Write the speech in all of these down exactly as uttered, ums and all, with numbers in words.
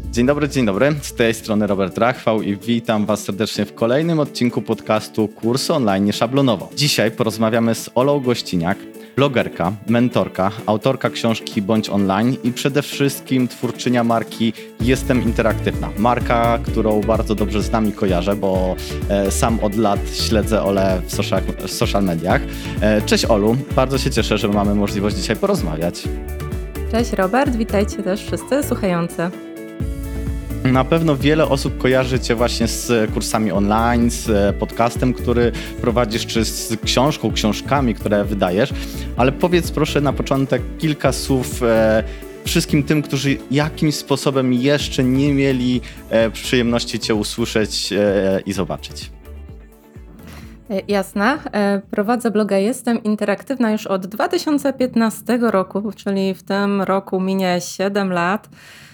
Dzień dobry, dzień dobry. Z tej strony Robert Rachwał i witam Was serdecznie w kolejnym odcinku podcastu Kurs Online Szablonowo. Dzisiaj porozmawiamy z Olą Gościniak, blogerka, mentorka, autorka książki Bądź Online i przede wszystkim twórczynia marki Jestem Interaktywna. Marka, którą bardzo dobrze znam i kojarzę, bo e, sam od lat śledzę Olę w social, w social mediach. E, cześć Olu, bardzo się cieszę, że mamy możliwość dzisiaj porozmawiać. Cześć Robert, witajcie też wszyscy słuchający. Na pewno wiele osób kojarzy Cię właśnie z kursami online, z podcastem, który prowadzisz, czy z książką, książkami, które wydajesz. Ale powiedz proszę na początek kilka słów e, wszystkim tym, którzy jakimś sposobem jeszcze nie mieli e, przyjemności Cię usłyszeć e, i zobaczyć. Jasne. Prowadzę bloga Jestem Interaktywna już od dwa tysiące piętnastego roku, czyli w tym roku minie siedem lat.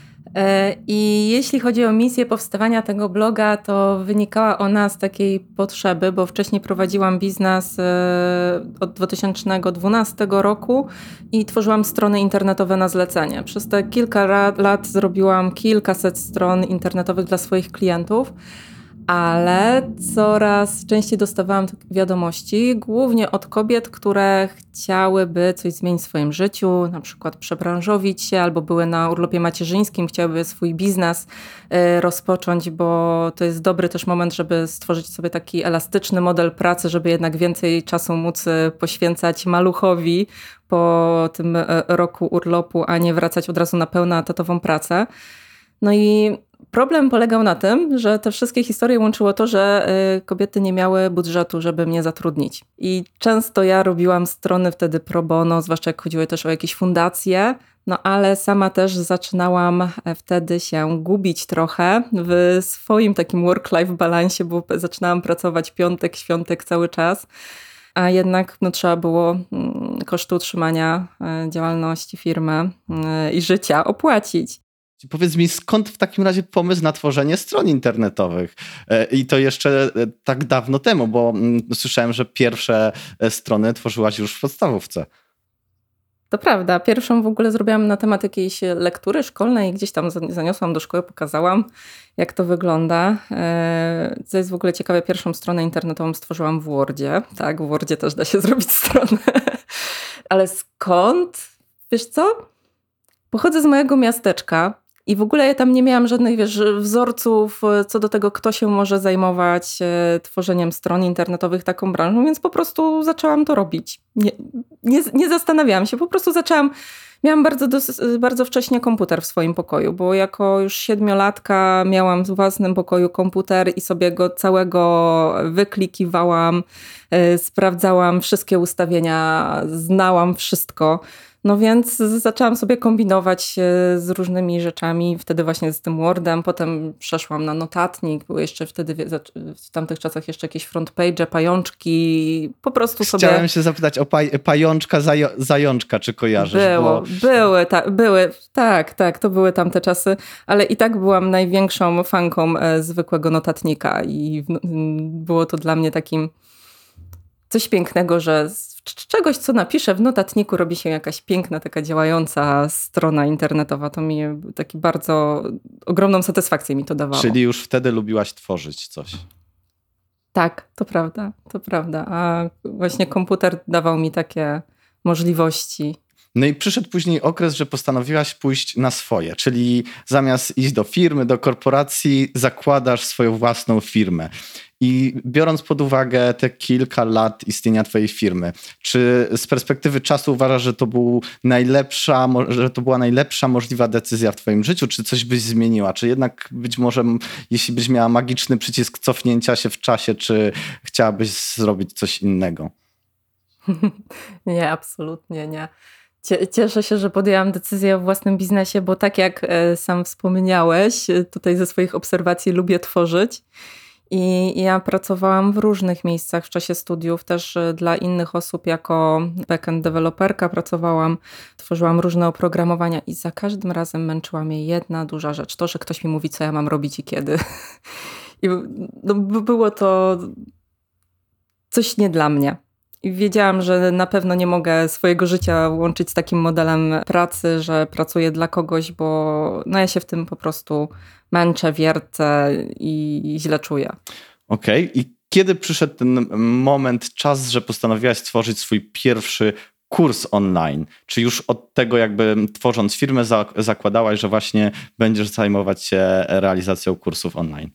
I jeśli chodzi o misję powstawania tego bloga, to wynikała ona z takiej potrzeby, bo wcześniej prowadziłam biznes od dwa tysiące dwunastego roku i tworzyłam strony internetowe na zlecenie. Przez te kilka lat zrobiłam kilkaset stron internetowych dla swoich klientów, ale coraz częściej dostawałam wiadomości, głównie od kobiet, które chciałyby coś zmienić w swoim życiu, na przykład przebranżowić się albo były na urlopie macierzyńskim, chciałyby swój biznes y, rozpocząć, bo to jest dobry też moment, żeby stworzyć sobie taki elastyczny model pracy, żeby jednak więcej czasu móc poświęcać maluchowi po tym roku urlopu, a nie wracać od razu na pełnoetatową pracę. No i problem polegał na tym, że te wszystkie historie łączyło to, że kobiety nie miały budżetu, żeby mnie zatrudnić. I często ja robiłam strony wtedy pro bono, zwłaszcza jak chodziło też o jakieś fundacje, no ale sama też zaczynałam wtedy się gubić trochę w swoim takim work-life balansie, bo zaczynałam pracować piątek, świątek cały czas, a jednak no, trzeba było koszty utrzymania działalności firmy i życia opłacić. Powiedz mi, skąd w takim razie pomysł na tworzenie stron internetowych? I to jeszcze tak dawno temu, bo słyszałem, że pierwsze strony tworzyłaś już w podstawówce. To prawda. Pierwszą w ogóle zrobiłam na temat jakiejś lektury szkolnej. Gdzieś tam zaniosłam do szkoły, pokazałam, jak to wygląda. Co jest w ogóle ciekawe, pierwszą stronę internetową stworzyłam w Wordzie. Tak, w Wordzie też da się zrobić stronę. Ale skąd? Wiesz co? Pochodzę z mojego miasteczka. I w ogóle ja tam nie miałam żadnych, wiesz, wzorców co do tego, kto się może zajmować e, tworzeniem stron internetowych taką branżą, więc po prostu zaczęłam to robić. Nie, nie, nie zastanawiałam się, po prostu zaczęłam. Miałam bardzo, dos, bardzo wcześnie komputer w swoim pokoju, bo jako już siedmiolatka miałam w własnym pokoju komputer i sobie go całego wyklikiwałam, e, sprawdzałam wszystkie ustawienia, znałam wszystko. No więc zaczęłam sobie kombinować z różnymi rzeczami, wtedy właśnie z tym Wordem, potem przeszłam na notatnik, były jeszcze wtedy w tamtych czasach jeszcze jakieś frontpage, pajączki, po prostu sobie... Chciałem się zapytać o paj- pajączka, zajo- zajączka, czy kojarzysz? Było, bo... były, ta, były, tak, tak, to były tamte czasy, ale i tak byłam największą fanką e, zwykłego notatnika i w, było to dla mnie takim coś pięknego, że z czegoś, co napiszę w notatniku, robi się jakaś piękna, taka działająca strona internetowa. To mi taki bardzo ogromną satysfakcję mi to dawało. Czyli już wtedy lubiłaś tworzyć coś. Tak, to prawda, to prawda. A właśnie komputer dawał mi takie możliwości. No i przyszedł później okres, że postanowiłaś pójść na swoje, czyli zamiast iść do firmy, do korporacji, zakładasz swoją własną firmę. I biorąc pod uwagę te kilka lat istnienia twojej firmy, czy z perspektywy czasu uważasz, że to, był najlepsza, że to była najlepsza możliwa decyzja w twoim życiu? Czy coś byś zmieniła? Czy jednak być może, jeśli byś miała magiczny przycisk cofnięcia się w czasie, czy chciałabyś zrobić coś innego? Nie, absolutnie nie. Cieszę się, że podjęłam decyzję o własnym biznesie, bo tak jak sam wspomniałeś, tutaj ze swoich obserwacji lubię tworzyć. I ja pracowałam w różnych miejscach w czasie studiów, też dla innych osób jako backend deweloperka pracowałam, tworzyłam różne oprogramowania i za każdym razem męczyła mnie jedna duża rzecz, to, że ktoś mi mówi, co ja mam robić i kiedy. I no, było to coś nie dla mnie. i wiedziałam, że na pewno nie mogę swojego życia łączyć z takim modelem pracy, że pracuję dla kogoś, bo no ja się w tym po prostu męczę, wiercę i źle czuję. Okej. Okay. I kiedy przyszedł ten moment, czas, że postanowiłaś stworzyć swój pierwszy kurs online? Czy już od tego jakby tworząc firmę zakładałaś, że właśnie będziesz zajmować się realizacją kursów online?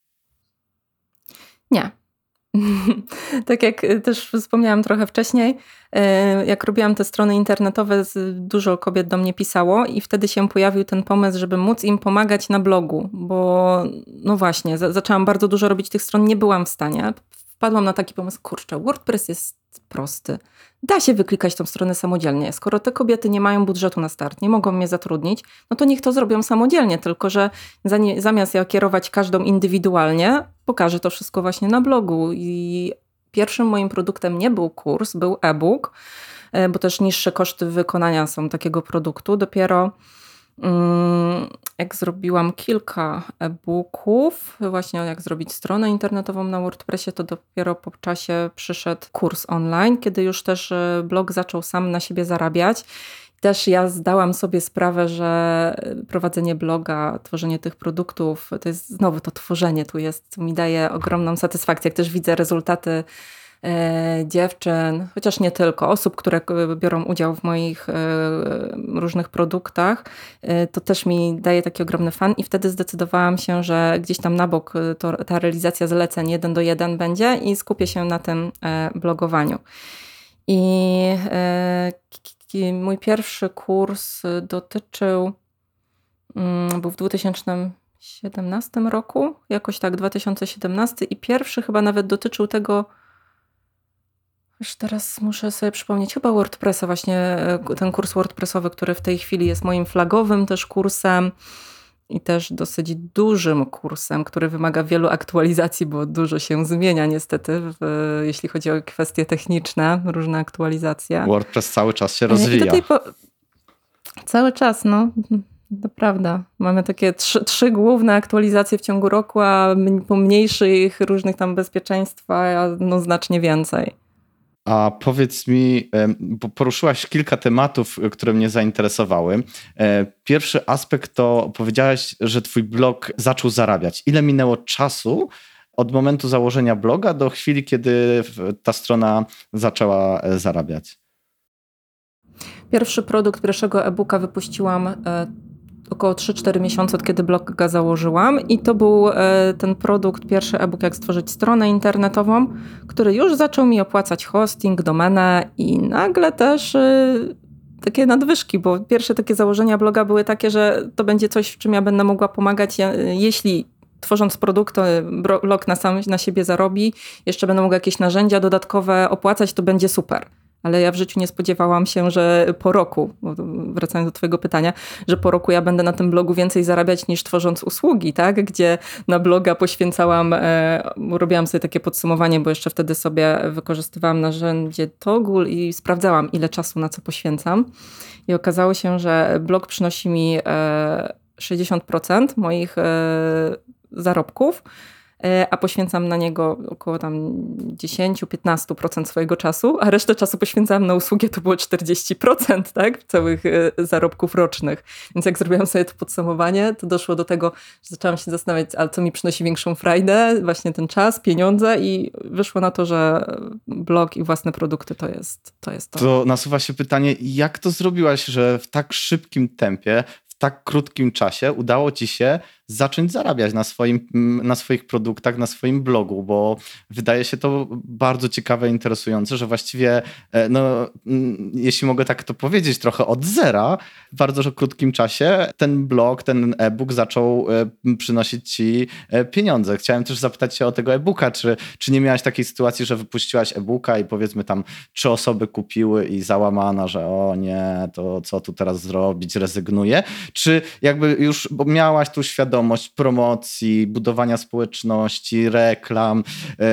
Nie. Tak jak też wspomniałam trochę wcześniej, jak robiłam te strony internetowe, dużo kobiet do mnie pisało i wtedy się pojawił ten pomysł, żeby móc im pomagać na blogu, bo no właśnie, zaczęłam bardzo dużo robić tych stron, nie byłam w stanie. Wpadłam na taki pomysł, kurczę, WordPress jest prosty. Da się wyklikać tą stronę samodzielnie. Skoro te kobiety nie mają budżetu na start, nie mogą mnie zatrudnić, no to niech to zrobią samodzielnie, tylko że zamiast ja kierować każdą indywidualnie, pokażę to wszystko właśnie na blogu. I pierwszym moim produktem nie był kurs, był e-book, bo też niższe koszty wykonania są takiego produktu. Dopiero jak zrobiłam kilka e-booków, właśnie jak zrobić stronę internetową na WordPressie, to dopiero po czasie przyszedł kurs online, kiedy już też blog zaczął sam na siebie zarabiać. Też ja zdałam sobie sprawę, że prowadzenie bloga, tworzenie tych produktów, to jest znowu to tworzenie tu jest, co mi daje ogromną satysfakcję. Jak też widzę rezultaty dziewczyn, chociaż nie tylko, osób, które biorą udział w moich różnych produktach, to też mi daje taki ogromny fan i wtedy zdecydowałam się, że gdzieś tam na bok to, ta realizacja zleceń jeden do jeden będzie i skupię się na tym blogowaniu. I mój pierwszy kurs dotyczył, był w dwa tysiące siedemnastym roku, jakoś tak dwa tysiące siedemnasty i pierwszy chyba nawet dotyczył tego, już teraz muszę sobie przypomnieć, chyba WordPressa właśnie, ten kurs WordPressowy, który w tej chwili jest moim flagowym też kursem i też dosyć dużym kursem, który wymaga wielu aktualizacji, bo dużo się zmienia niestety, w, jeśli chodzi o kwestie techniczne, różne aktualizacje. WordPress cały czas się rozwija. I do tej po... Cały czas, no. To prawda. Mamy takie trzy, trzy główne aktualizacje w ciągu roku, a pomniejszych różnych tam bezpieczeństwa no znacznie więcej. A powiedz mi, bo poruszyłaś kilka tematów, które mnie zainteresowały. Pierwszy aspekt to powiedziałaś, że twój blog zaczął zarabiać. Ile minęło czasu od momentu założenia bloga do chwili, kiedy ta strona zaczęła zarabiać? Pierwszy produkt pierwszego e-booka wypuściłam około trzy cztery miesiące od kiedy bloga założyłam i to był ten produkt, pierwszy e-book jak stworzyć stronę internetową, który już zaczął mi opłacać hosting, domenę i nagle też takie nadwyżki, bo pierwsze takie założenia bloga były takie, że to będzie coś, w czym ja będę mogła pomagać, jeśli tworząc produkt, to blog na sam na siebie zarobi, jeszcze będę mogła jakieś narzędzia dodatkowe opłacać, to będzie super. Ale ja w życiu nie spodziewałam się, że po roku, wracając do twojego pytania, że po roku ja będę na tym blogu więcej zarabiać niż tworząc usługi, tak? Gdzie na bloga poświęcałam, e, robiłam sobie takie podsumowanie, bo jeszcze wtedy sobie wykorzystywałam narzędzie Toggl i sprawdzałam, ile czasu na co poświęcam. I okazało się, że blog przynosi mi e, sześćdziesiąt procent moich e, zarobków, a poświęcam na niego około tam dziesięć do piętnastu procent swojego czasu, a resztę czasu poświęcałam na usługi, to było czterdzieści procent, tak, całych zarobków rocznych. Więc jak zrobiłam sobie to podsumowanie, to doszło do tego, że zaczęłam się zastanawiać, ale co mi przynosi większą frajdę, właśnie ten czas, pieniądze i wyszło na to, że blog i własne produkty to jest to. Jest to. To nasuwa się pytanie, jak to zrobiłaś, że w tak szybkim tempie, w tak krótkim czasie udało ci się zacząć zarabiać na, swoim, na swoich produktach, na swoim blogu, bo wydaje się to bardzo ciekawe, interesujące, że właściwie, no, jeśli mogę tak to powiedzieć, trochę od zera, w bardzo krótkim czasie ten blog, ten e-book zaczął przynosić ci pieniądze. Chciałem też zapytać się o tego e-booka, czy, czy nie miałaś takiej sytuacji, że wypuściłaś e-booka i powiedzmy tam trzy osoby kupiły i załamana, że o nie, to co tu teraz zrobić, rezygnuję, czy jakby już, bo miałaś tu świadomość, świadomość promocji, budowania społeczności, reklam.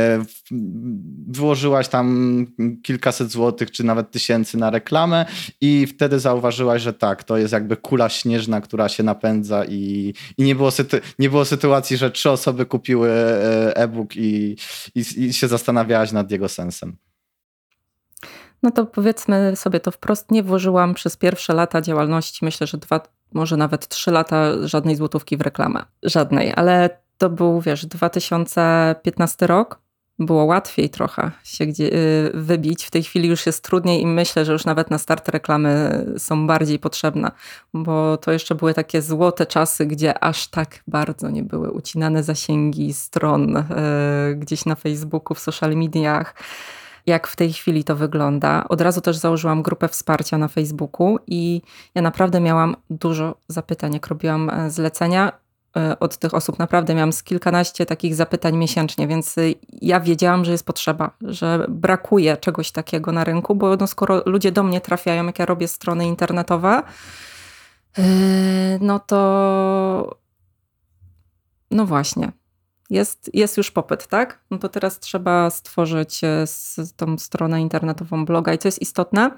Wyłożyłaś tam kilkaset złotych, czy nawet tysięcy na reklamę i wtedy zauważyłaś, że tak, to jest jakby kula śnieżna, która się napędza i, i nie, było sytu- nie było sytuacji, że trzy osoby kupiły e-book i, i, i się zastanawiałaś nad jego sensem. No to powiedzmy sobie to wprost, nie włożyłam przez pierwsze lata działalności, myślę, że dwa, może nawet trzy lata żadnej złotówki w reklamę. Żadnej, ale to był, wiesz, dwa tysiące piętnasty rok. Było łatwiej trochę się gdzie, wybić. W tej chwili już jest trudniej i myślę, że już nawet na start reklamy są bardziej potrzebne, bo to jeszcze były takie złote czasy, gdzie aż tak bardzo nie były ucinane zasięgi stron yy, gdzieś na Facebooku, w social mediach. Jak w tej chwili to wygląda. Od razu też założyłam grupę wsparcia na Facebooku i ja naprawdę miałam dużo zapytań, jak robiłam zlecenia. Od tych osób naprawdę miałam z kilkanaście takich zapytań miesięcznie, więc ja wiedziałam, że jest potrzeba, że brakuje czegoś takiego na rynku, bo no skoro ludzie do mnie trafiają, jak ja robię strony internetowe, no to no właśnie, jest, jest już popyt, tak? No to teraz trzeba stworzyć tą stronę internetową, bloga i co jest istotne,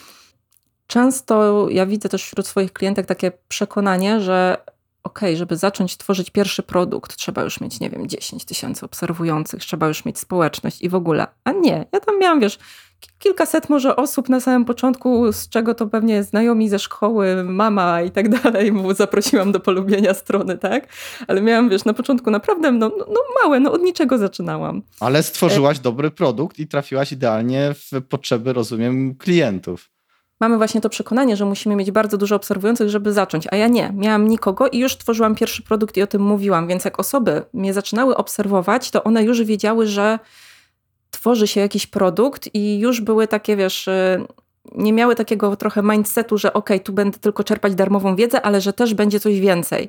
często ja widzę też wśród swoich klientek takie przekonanie, że okej, okay, żeby zacząć tworzyć pierwszy produkt, trzeba już mieć, nie wiem, dziesięć tysięcy obserwujących, trzeba już mieć społeczność i w ogóle. A nie, ja tam miałam, wiesz, kilkaset może osób na samym początku, z czego to pewnie znajomi ze szkoły, mama i tak dalej, bo zaprosiłam do polubienia strony, tak? Ale miałam, wiesz, na początku naprawdę no, no małe, no od niczego zaczynałam. Ale stworzyłaś e... dobry produkt i trafiłaś idealnie w potrzeby, rozumiem, klientów. Mamy właśnie to przekonanie, że musimy mieć bardzo dużo obserwujących, żeby zacząć, a ja nie. Miałam nikogo i już tworzyłam pierwszy produkt i o tym mówiłam, więc jak osoby mnie zaczynały obserwować, to one już wiedziały, że tworzy się jakiś produkt i już były takie, wiesz, nie miały takiego trochę mindsetu, że okej, tu będę tylko czerpać darmową wiedzę, ale że też będzie coś więcej.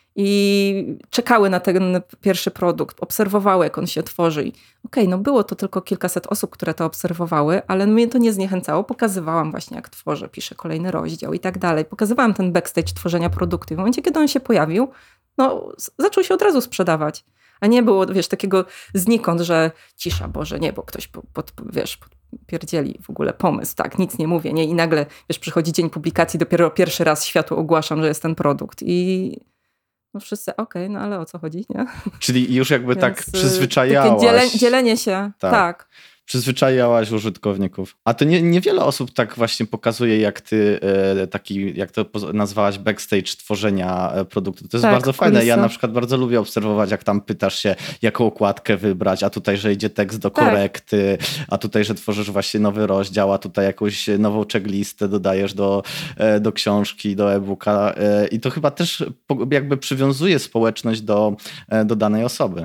I czekały na ten pierwszy produkt, obserwowały, jak on się tworzy. Okej, okay, no było to tylko kilkaset osób, które to obserwowały, ale mnie to nie zniechęcało. Pokazywałam właśnie, jak tworzę, piszę kolejny rozdział i tak dalej. Pokazywałam ten backstage tworzenia produktu. I w momencie, kiedy on się pojawił, no zaczął się od razu sprzedawać. A nie było, wiesz, takiego znikąd, że cisza, Boże, nie, bo ktoś, pod, pod, wiesz, pierdzieli w ogóle pomysł, tak, nic nie mówię, nie? I nagle, wiesz, przychodzi dzień publikacji, dopiero pierwszy raz światu ogłaszam, że jest ten produkt. I no wszyscy, okej, okay, no ale o co chodzi, nie? Czyli już jakby Więc tak przyzwyczajałaś. Takie dziele, dzielenie się, tak. tak. Przyzwyczajałaś użytkowników. A to nie, niewiele osób tak właśnie pokazuje, jak ty e, taki, jak to nazwałaś, backstage tworzenia produktu. To jest tak, bardzo fajne. Ja na przykład bardzo lubię obserwować, jak tam pytasz się, jaką okładkę wybrać, a tutaj, że idzie tekst do korekty, tak. a tutaj, że tworzysz właśnie nowy rozdział, a tutaj jakąś nową checklistę dodajesz do, e, do książki, do e-booka e, i to chyba też jakby przywiązuje społeczność do, e, do danej osoby.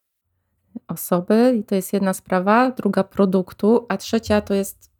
Osoby i to jest jedna sprawa, druga produktu, a trzecia to jest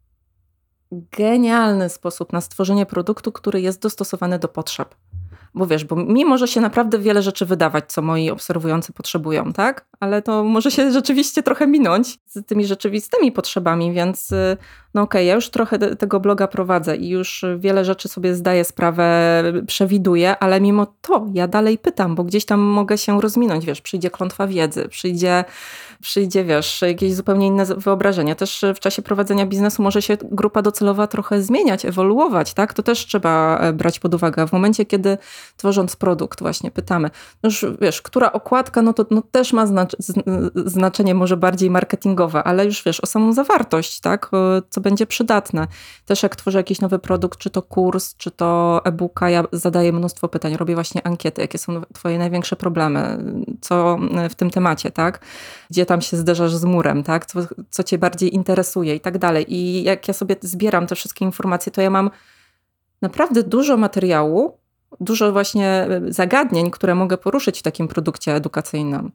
genialny sposób na stworzenie produktu, który jest dostosowany do potrzeb. Bo wiesz, bo mi może się naprawdę wiele rzeczy wydawać, co moi obserwujący potrzebują, tak? Ale to może się rzeczywiście trochę minąć z tymi rzeczywistymi potrzebami, więc no okej, okay, ja już trochę tego bloga prowadzę i już wiele rzeczy sobie zdaję sprawę, przewiduję, ale mimo to ja dalej pytam, bo gdzieś tam mogę się rozminąć, wiesz, przyjdzie klątwa wiedzy, przyjdzie, przyjdzie, wiesz, jakieś zupełnie inne wyobrażenia. Też w czasie prowadzenia biznesu może się grupa docelowa trochę zmieniać, ewoluować, tak? To też trzeba brać pod uwagę. W momencie, kiedy tworząc produkt właśnie pytamy, no już wiesz, która okładka, no to no też ma znac- znaczenie może bardziej marketingowe, ale już wiesz, o samą zawartość, tak? Co będzie przydatne. Też jak tworzę jakiś nowy produkt, czy to kurs, czy to e-booka, ja zadaję mnóstwo pytań, robię właśnie ankiety, jakie są twoje największe problemy, co w tym temacie, tak? Gdzie tam się zderzasz z murem, tak? Co, co cię bardziej interesuje i tak dalej. I jak ja sobie zbieram te wszystkie informacje, to ja mam naprawdę dużo materiału, dużo właśnie zagadnień, które mogę poruszyć w takim produkcie edukacyjnym.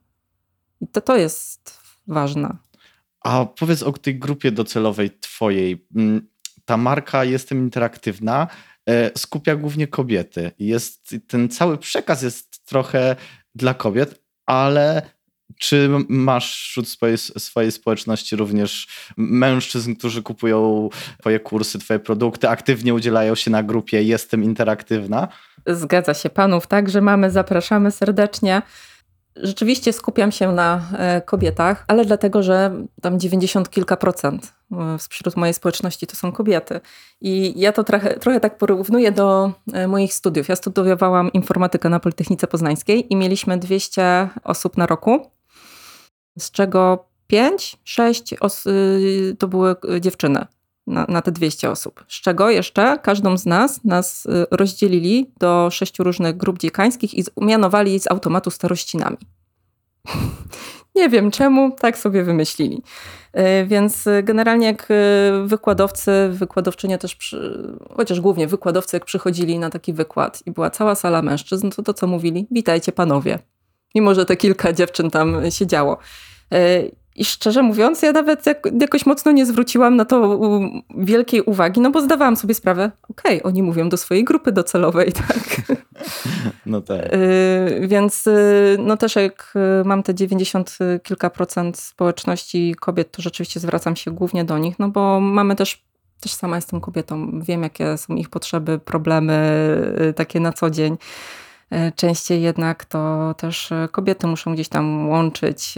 I to, to jest ważne. A powiedz o tej grupie docelowej twojej. Ta marka Jestem Interaktywna skupia głównie kobiety. Jest, ten cały przekaz jest trochę dla kobiet, ale czy masz wśród swojej, swojej społeczności również mężczyzn, którzy kupują twoje kursy, twoje produkty, aktywnie udzielają się na grupie Jestem Interaktywna? Zgadza się, panów także mamy, zapraszamy serdecznie. Rzeczywiście skupiam się na kobietach, ale dlatego, że tam dziewięćdziesiąt kilka procent wśród mojej społeczności to są kobiety. I ja to trochę, trochę tak porównuję do moich studiów. Ja studiowałam informatykę na Politechnice Poznańskiej i mieliśmy dwieście osób na roku, z czego pięć, sześć os- to były dziewczyny. na, na te dwieście osób. Z czego jeszcze każdą z nas, nas rozdzielili do sześciu różnych grup dziekańskich i mianowali je z automatu starościnami. Nie wiem czemu, tak sobie wymyślili. Więc generalnie jak wykładowcy, wykładowczynie też, przy, chociaż głównie wykładowcy jak przychodzili na taki wykład i była cała sala mężczyzn, to to co mówili? Witajcie panowie. Mimo, że te kilka dziewczyn tam siedziało. I szczerze mówiąc, ja nawet jak, jakoś mocno nie zwróciłam na to wielkiej uwagi, no bo zdawałam sobie sprawę, okej, okay, oni mówią do swojej grupy docelowej, tak? No tak. Yy, więc no też jak mam te dziewięćdziesiąt kilka procent społeczności kobiet, to rzeczywiście zwracam się głównie do nich, no bo mamy też, też sama jestem kobietą, wiem jakie są ich potrzeby, problemy takie na co dzień. Częściej jednak to też kobiety muszą gdzieś tam łączyć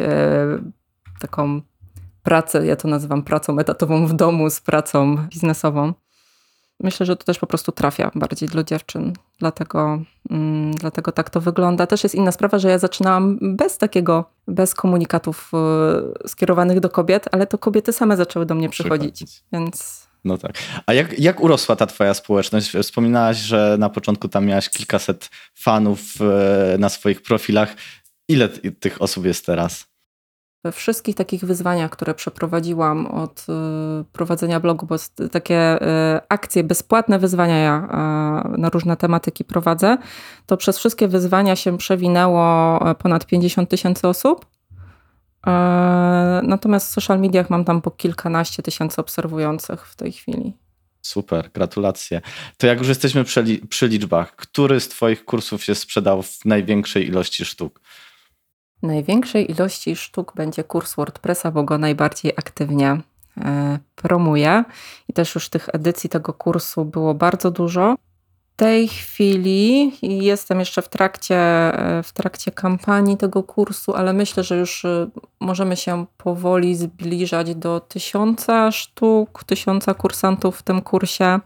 taką pracę, ja to nazywam pracą etatową w domu z pracą biznesową. Myślę, że to też po prostu trafia bardziej dla dziewczyn, dlatego, mm, dlatego tak to wygląda. Też jest inna sprawa, że ja zaczynałam bez takiego, bez komunikatów y, skierowanych do kobiet, ale to kobiety same zaczęły do mnie przychodzić, przychodzić. Więc... No tak. A jak, jak urosła ta twoja społeczność? Wspominałaś, że na początku tam miałaś kilkaset fanów y, na swoich profilach. Ile tych osób jest teraz? We wszystkich takich wyzwaniach, które przeprowadziłam od y, prowadzenia blogu, bo takie y, akcje, bezpłatne wyzwania ja y, na różne tematyki prowadzę, to przez wszystkie wyzwania się przewinęło ponad pięćdziesiąt tysięcy osób. Y, natomiast w social mediach mam tam po kilkanaście tysięcy obserwujących w tej chwili. Super, gratulacje. To jak już jesteśmy przy, przy liczbach, który z twoich kursów się sprzedał w największej ilości sztuk? Największej ilości sztuk będzie kurs WordPressa, bo go najbardziej aktywnie e, promuję. I też już tych edycji tego kursu było bardzo dużo. W tej chwili jestem jeszcze w trakcie, w trakcie kampanii tego kursu, ale myślę, że już możemy się powoli zbliżać do tysiąca sztuk, tysiąca kursantów w tym kursie.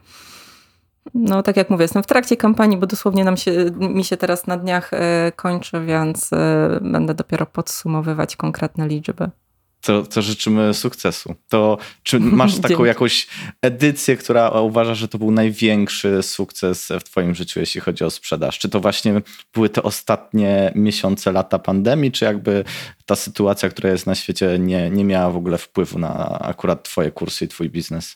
No tak jak mówię, jestem w trakcie kampanii, bo dosłownie nam się, mi się teraz na dniach y, kończy, więc y, będę dopiero podsumowywać konkretne liczby. To, to życzymy sukcesu. To czy masz taką jakąś edycję, która uważasz, że to był największy sukces w twoim życiu, jeśli chodzi o sprzedaż? Czy to właśnie były te ostatnie miesiące, lata pandemii, czy jakby ta sytuacja, która jest na świecie, nie, nie miała w ogóle wpływu na akurat twoje kursy i twój biznes?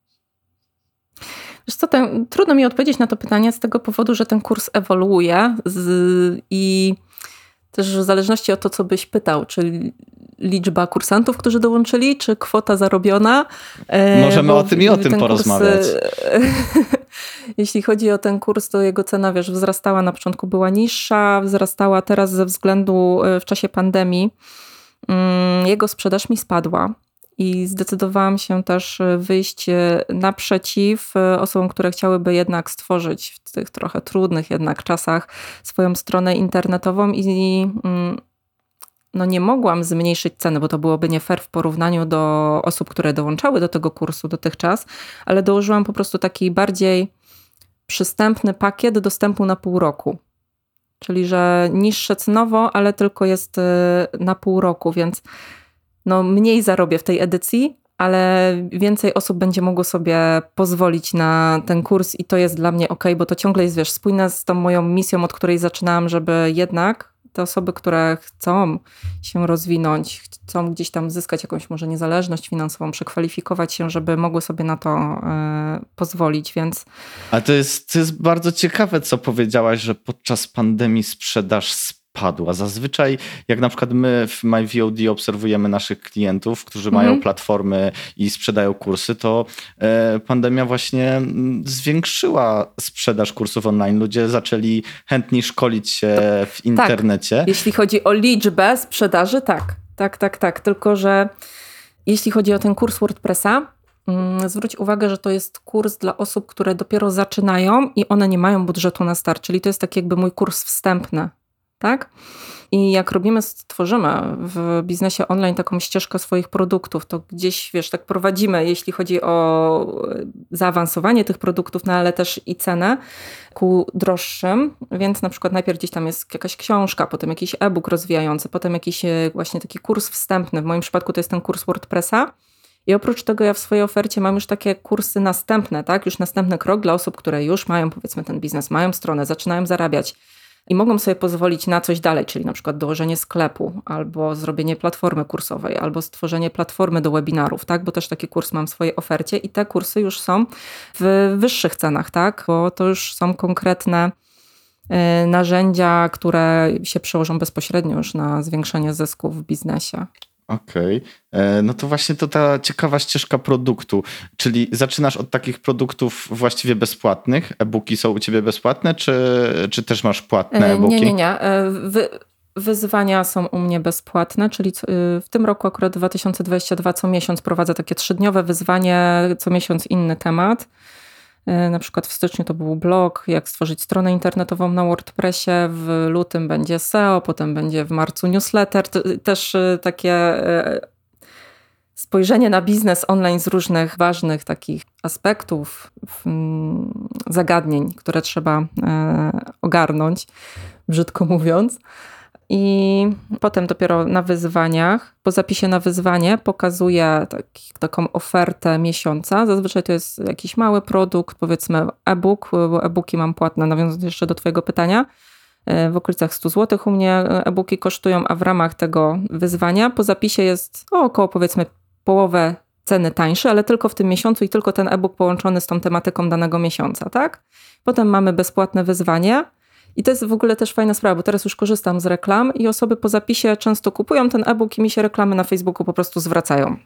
Wiesz co, ten, trudno mi odpowiedzieć na to pytanie z tego powodu, że ten kurs ewoluuje z, i też w zależności od to, co byś pytał, czy liczba kursantów, którzy dołączyli, czy kwota zarobiona. Możemy o tym i o tym porozmawiać. Kurs, jeśli chodzi o ten kurs, to jego cena, wiesz, wzrastała, na początku była niższa, wzrastała teraz ze względu w czasie pandemii. Jego sprzedaż mi spadła. I zdecydowałam się też wyjść naprzeciw osobom, które chciałyby jednak stworzyć w tych trochę trudnych jednak czasach swoją stronę internetową i no nie mogłam zmniejszyć ceny, bo to byłoby nie fair w porównaniu do osób, które dołączały do tego kursu dotychczas, ale dołożyłam po prostu taki bardziej przystępny pakiet dostępu na pół roku. Czyli, że niższe cenowo, ale tylko jest na pół roku, więc no mniej zarobię w tej edycji, ale więcej osób będzie mogło sobie pozwolić na ten kurs i to jest dla mnie okej, bo to ciągle jest, wiesz, spójne z tą moją misją, od której zaczynałam, żeby jednak te osoby, które chcą się rozwinąć, chcą gdzieś tam zyskać jakąś może niezależność finansową, przekwalifikować się, żeby mogły sobie na to y, pozwolić, więc... Ale to jest, to jest bardzo ciekawe, co powiedziałaś, że podczas pandemii sprzedaż spadła. Zazwyczaj, jak na przykład my w MyVOD obserwujemy naszych klientów, którzy mhm. mają platformy i sprzedają kursy, to e, pandemia właśnie zwiększyła sprzedaż kursów online. Ludzie zaczęli chętniej szkolić się w internecie. Tak. Jeśli chodzi o liczbę sprzedaży, tak. Tak, tak, tak. Tylko, że jeśli chodzi o ten kurs WordPressa, mm, zwróć uwagę, że to jest kurs dla osób, które dopiero zaczynają i one nie mają budżetu na start. Czyli to jest tak jakby mój kurs wstępny. Tak? I jak robimy, stworzymy w biznesie online taką ścieżkę swoich produktów, to gdzieś, wiesz, tak prowadzimy, jeśli chodzi o zaawansowanie tych produktów, no ale też i cenę ku droższym, więc na przykład najpierw gdzieś tam jest jakaś książka, potem jakiś e-book rozwijający, potem jakiś właśnie taki kurs wstępny. W moim przypadku to jest ten kurs WordPressa I oprócz tego ja w swojej ofercie mam już takie kursy następne, tak? Już następny krok dla osób, które już mają powiedzmy ten biznes, mają stronę, zaczynają zarabiać i mogą sobie pozwolić na coś dalej, czyli na przykład dołożenie sklepu, albo zrobienie platformy kursowej, albo stworzenie platformy do webinarów, tak? Bo też taki kurs mam w swojej ofercie i te kursy już są w wyższych cenach, tak? Bo to już są konkretne y, narzędzia, które się przełożą bezpośrednio już na zwiększenie zysków w biznesie. Okej, okay. No to właśnie to ta ciekawa ścieżka produktu, czyli zaczynasz od takich produktów właściwie bezpłatnych, e-booki są u ciebie bezpłatne, czy, czy też masz płatne e-booki? Nie, nie, nie. Wy, wyzwania są u mnie bezpłatne, czyli w tym roku akurat dwa tysiące dwudziesty drugi co miesiąc prowadzę takie trzydniowe wyzwanie, co miesiąc inny temat. Na przykład w styczniu to był blog, jak stworzyć stronę internetową na WordPressie, w lutym będzie S E O, potem będzie w marcu newsletter. Też takie spojrzenie na biznes online z różnych ważnych takich aspektów, zagadnień, które trzeba ogarnąć, brzydko mówiąc. I potem dopiero na wyzwaniach, po zapisie na wyzwanie pokazuję taki, taką ofertę miesiąca. Zazwyczaj to jest jakiś mały produkt, powiedzmy e-book, bo e-booki mam płatne, nawiązując jeszcze do twojego pytania. W okolicach sto złotych u mnie e-booki kosztują, a w ramach tego wyzwania po zapisie jest o, około powiedzmy połowę ceny tańszy, ale tylko w tym miesiącu i tylko ten e-book połączony z tą tematyką danego miesiąca, tak? Potem mamy bezpłatne wyzwanie. I to jest w ogóle też fajna sprawa, bo teraz już korzystam z reklam i osoby po zapisie często kupują ten e-book i mi się reklamy na Facebooku po prostu zwracają.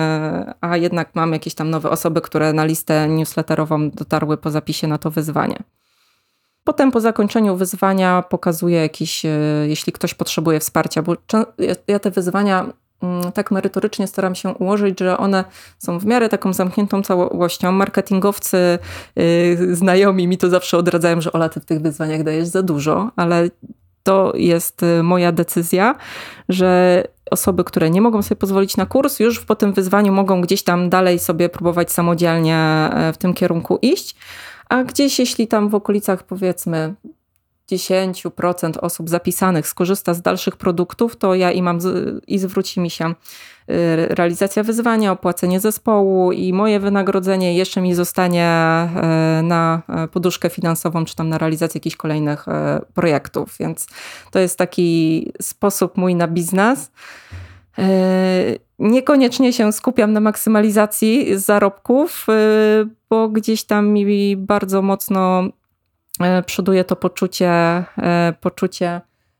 A jednak mam jakieś tam nowe osoby, które na listę newsletterową dotarły po zapisie na to wyzwanie. Potem po zakończeniu wyzwania pokazuję jakiś, jeśli ktoś potrzebuje wsparcia, bo ja te wyzwania tak merytorycznie staram się ułożyć, że one są w miarę taką zamkniętą całością. Marketingowcy yy, znajomi mi to zawsze odradzają, że Ola, ty w tych wyzwaniach dajesz za dużo, ale to jest moja decyzja, że osoby, które nie mogą sobie pozwolić na kurs, już po tym wyzwaniu mogą gdzieś tam dalej sobie próbować samodzielnie w tym kierunku iść, a gdzieś jeśli tam w okolicach powiedzmy dziesięć procent osób zapisanych skorzysta z dalszych produktów, to ja i mam z, i zwróci mi się realizacja wyzwania, opłacenie zespołu i moje wynagrodzenie jeszcze mi zostanie na poduszkę finansową, czy tam na realizację jakichś kolejnych projektów. Więc to jest taki sposób mój na biznes. Niekoniecznie się skupiam na maksymalizacji zarobków, bo gdzieś tam mi bardzo mocno przoduje to poczucie, poczucie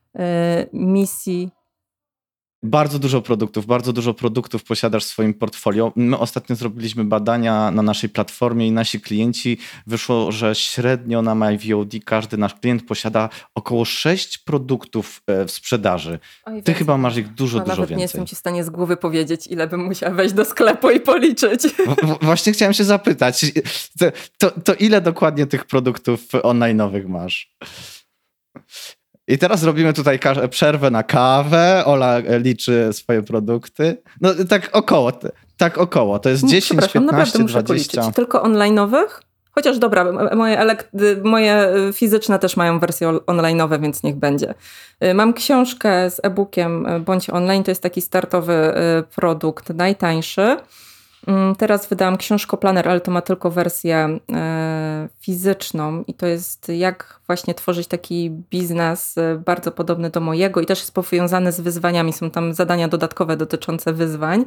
misji. Bardzo dużo produktów, bardzo dużo produktów posiadasz w swoim portfolio. My ostatnio zrobiliśmy badania na naszej platformie i nasi klienci wyszło, że średnio na MyVOD każdy nasz klient posiada około sześć produktów w sprzedaży. Oj, Ty chyba masz ich dużo, no, dużo nawet więcej. Nie jestem ci w stanie z głowy powiedzieć, ile bym musiała wejść do sklepu i policzyć. W- właśnie chciałem się zapytać, to, to, to ile dokładnie tych produktów online'owych masz? I teraz robimy tutaj przerwę na kawę. Ola liczy swoje produkty. No tak około, tak około. To jest dziesięć, piętnaście, dwadzieścia. Policzyć. Tylko online'owych? Chociaż dobra, moje, elek- moje fizyczne też mają wersje online'owe, więc niech będzie. Mam książkę z e-bookiem Bądź Online. To jest taki startowy produkt, najtańszy. Teraz wydałam książkoplaner, ale to ma tylko wersję e, fizyczną i to jest jak właśnie tworzyć taki biznes bardzo podobny do mojego i też jest powiązany z wyzwaniami. Są tam zadania dodatkowe dotyczące wyzwań.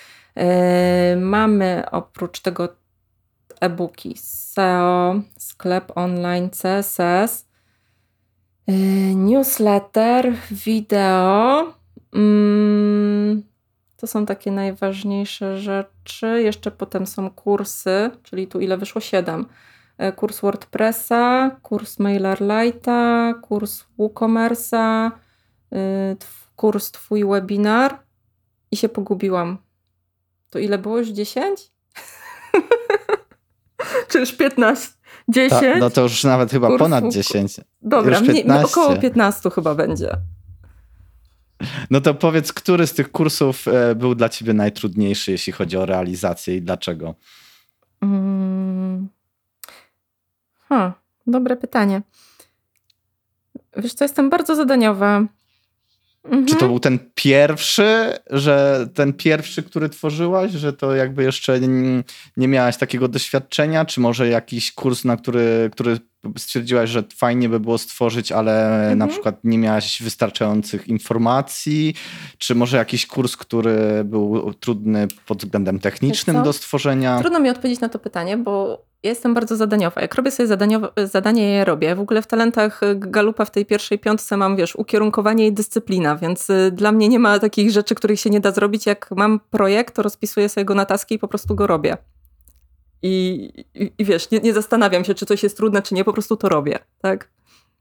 E, mamy oprócz tego e-booki S E O, sklep online, C S S, e, newsletter, wideo. Mm, To są takie najważniejsze rzeczy. Jeszcze potem są kursy, czyli tu ile wyszło? Siedem. Kurs WordPressa, kurs MailerLite'a, kurs WooCommerce'a, kurs Twój webinar i się pogubiłam. To ile było? Już dziesięć? Czy już piętnaście? dziesięć? Ta, no to już nawet chyba kurs ponad dziesięć. Dobra, nie, około piętnaście chyba będzie. No to powiedz, który z tych kursów był dla ciebie najtrudniejszy, jeśli chodzi o realizację i dlaczego? Hmm. Hmm, dobre pytanie. Wiesz co, jestem bardzo zadaniowa. Mhm. Czy to był ten pierwszy, że ten pierwszy, który tworzyłaś, że to jakby jeszcze nie, nie miałaś takiego doświadczenia, czy może jakiś kurs, na który, który stwierdziłaś, że fajnie by było stworzyć, ale mhm. na przykład nie miałaś wystarczających informacji, czy może jakiś kurs, który był trudny pod względem technicznym do stworzenia? Trudno mi odpowiedzieć na to pytanie, bo ja jestem bardzo zadaniowa. Jak robię sobie zadanie, ja je robię. W ogóle w talentach Galupa w tej pierwszej piątce mam, wiesz, ukierunkowanie i dyscyplina, więc dla mnie nie ma takich rzeczy, których się nie da zrobić. Jak mam projekt, to rozpisuję sobie go na taski i po prostu go robię. I, i, i wiesz, nie, nie zastanawiam się, czy coś jest trudne, czy nie, po prostu to robię, tak?